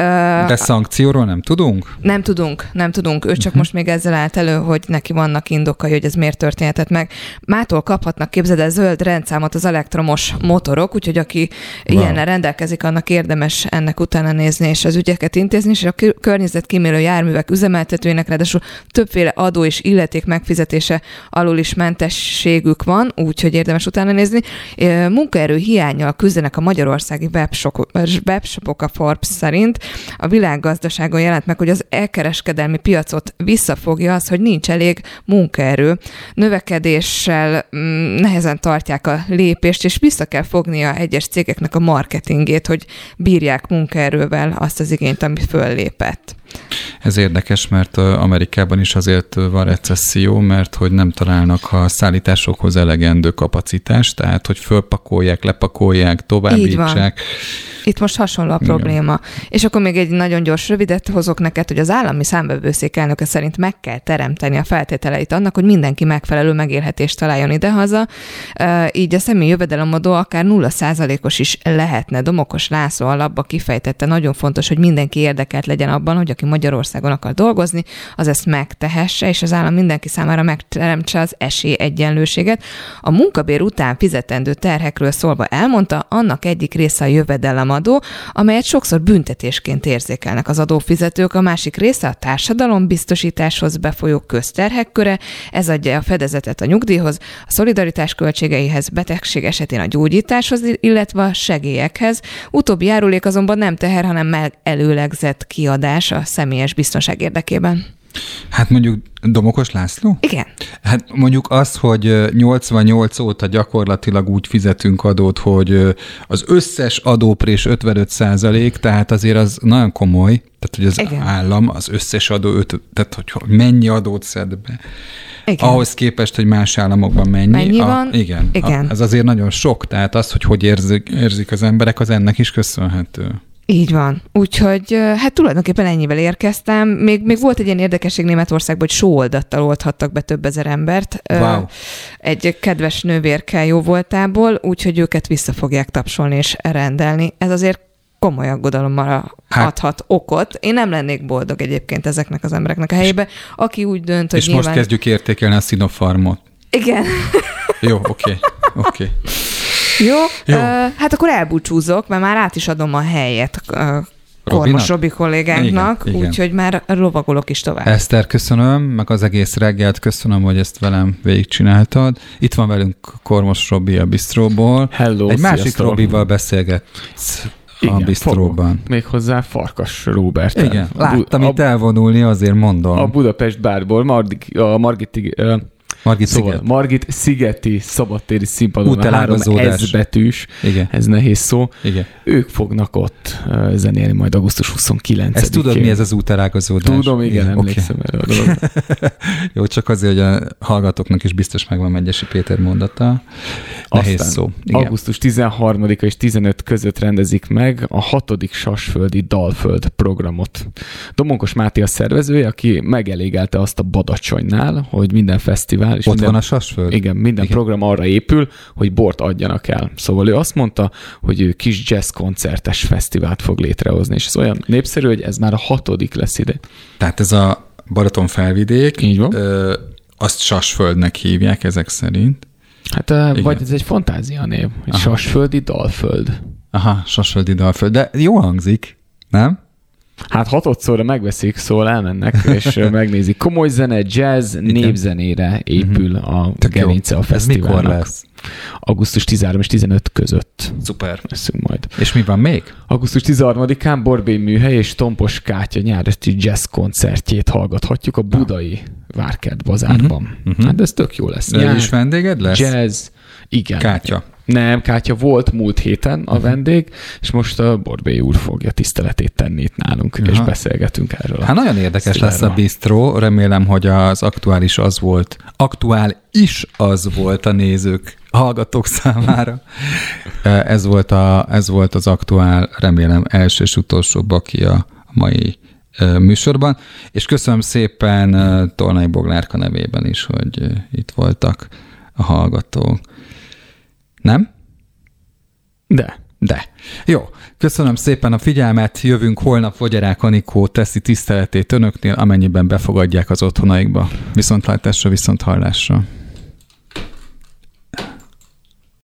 De szankcióról nem tudunk? Nem tudunk. Ő csak most még ezzel állt elő, hogy neki vannak indokai, hogy ez miért történhetett meg. Mától kaphatnak, képzeld el, zöld rendszámot az elektromos motorok, úgyhogy aki ilyennel rendelkezik, annak érdemes ennek utána nézni, és az ügyeket intézni, és a környezetkímélő járművek üzemeltetőinek ráadásul többféle adó és illeték megfizetése alól is mentességük van, úgyhogy érdemes utána nézni. Munkaerő hiánnyal küzdenek a magyarországi webshopok a Forbes szerint. A világgazdaságon jelent meg, hogy az elkereskedelmi piacot visszafogja az, hogy nincs elég munkaerő. Növekedéssel nehezen tartják a lépést, és vissza kell fognia egyes cégeknek a marketingét, hogy bírják munkaerővel azt az igényt, ami föllépett. Ez érdekes, mert Amerikában is azért van recesszió, mert hogy nem találnak a szállításokhoz elegendő kapacitást, tehát hogy fölpakolják, lepakolják, továbbítsák. Itt most hasonló a probléma. És akkor még egy nagyon gyors rövidet hozok neked, hogy az állami számvevőszék elnöke szerint meg kell teremteni a feltételeit annak, hogy mindenki megfelelő megélhetést találjon idehaza. Így a személyi jövedelemadó akár 0%-os is lehetne. Domokos László alapba kifejtette, nagyon fontos, hogy mindenki érdekelt legyen abban, hogy aki Magyarországon akar dolgozni, az ezt megtehesse, és az állam mindenki számára megteremtse az esélyegyenlőséget. A munkabér után fizetendő terhekről szólva elmondta, annak egyik része a jövedelemadó, amelyet sokszor büntetésként érzékelnek az adófizetők, a másik része a társadalombiztosításhoz befolyó közterhek köre, ez adja a fedezetet a nyugdíjhoz, a szolidaritás költségeihez, betegség esetén a gyógyításhoz, illetve a segélyekhez. Utóbbi járulék azonban nem teher, hanem megelőlegzett kiadás a személyes biztonság érdekében. Hát mondjuk Domokos László? Igen. Hát mondjuk az, hogy 88 óta gyakorlatilag úgy fizetünk adót, hogy az összes adóprés 55%, tehát azért az nagyon komoly, tehát hogy az állam az összes adó, tehát hogy mennyi adót szed be. Igen. Ahhoz képest, hogy más államokban mennyi van? Igen. Ez azért nagyon sok, tehát az, hogy érzik az emberek, az ennek is köszönhető. Így van. Úgyhogy hát tulajdonképpen ennyivel érkeztem. Még volt egy ilyen érdekesség Németországban, hogy sóoldattal oldhattak be több ezer embert. Wow. Egy kedves nővérke jó voltából, úgyhogy őket vissza fogják tapsolni és rendelni. Ez azért komoly aggodalommal adhat okot. Én nem lennék boldog egyébként ezeknek az embereknek a helyébe, aki úgy dönt, hogy és nyilván... most kezdjük értékelni a Sinopharmot. Igen. Jó, oké. Jó. Hát akkor elbúcsúzok, mert már át is adom a helyet Kormos Robi kollégánknak, úgyhogy már lovagolok is tovább. Eszter, köszönöm, meg az egész reggelt köszönöm, hogy ezt velem végigcsináltad. Itt van velünk Kormos Robi a Bistróból. Hello, egy másik Robival beszélgetsz a Bistróban. Méghozzá Farkas Róbert. Igen, láttam itt elvonulni, azért mondom. A Budapest bárból, Margit Szigeti szabadtéri színpadon a 3 S betűs, ez nehéz szó. Igen. Ők fognak ott zenélni majd augusztus 29-én. Ezt tudod, mi ez az útelágazódás? Tudom, igen, emlékszem erre a dolog. Jó, csak azért, hogy a hallgatóknak is biztos megvan Megyesi Péter mondata. Nehéz aztán szó. Igen. Augusztus 13-a és 15 között rendezik meg a 6. Sasföldi Dalföld programot. Domonkos Máté a szervezője, aki megelégelte azt a Badacsonynál, hogy minden fesztivál és ott van a Sasföld? Igen, minden program arra épül, hogy bort adjanak el. Szóval ő azt mondta, hogy ő kis jazz koncertes fesztivált fog létrehozni, és ez olyan népszerű, hogy ez már a 6. lesz ide. Tehát ez a Balaton felvidék. Így van. azt Sasföldnek hívják ezek szerint. Hát vagy ez egy fantázia név. Egy Sasföldi Dalföld. Aha, Sasföldi Dalföld. De jó hangzik, nem? Hát 6-szorra megveszik, szóval elmennek, és megnézik. Komoly zene, jazz, népzenére épül a gerince a fesztiválnak. Ez mikor lesz? Augusztus 13 és 15 között. Szuper. Leszünk majd. És mi van még? Augusztus 13-án Borbély Műhely és Tompos Kátya nyári jazz koncertjét hallgathatjuk a budai Várkert Bazárban. Hát ez tök jó lesz. Ő is vendéged lesz? Jazz, igen. Kátya. Nem, Kátya volt múlt héten a vendég, és most a Borbély úr fogja tiszteletét tenni itt nálunk, és beszélgetünk erről. Hát nagyon érdekes lesz a bistró, remélem, hogy az aktuál is az volt a nézők, hallgatók számára. Ez volt az aktuál, remélem első és utolsó baki a mai műsorban, és köszönöm szépen Tolnai Boglárka nevében is, hogy itt voltak a hallgatók. Nem? De. Jó, köszönöm szépen a figyelmet, jövünk holnap, Vogyarák Anikó teszi tiszteletét önöknél, amennyiben befogadják az otthonaikba. Viszontlátásra, viszonthallásra.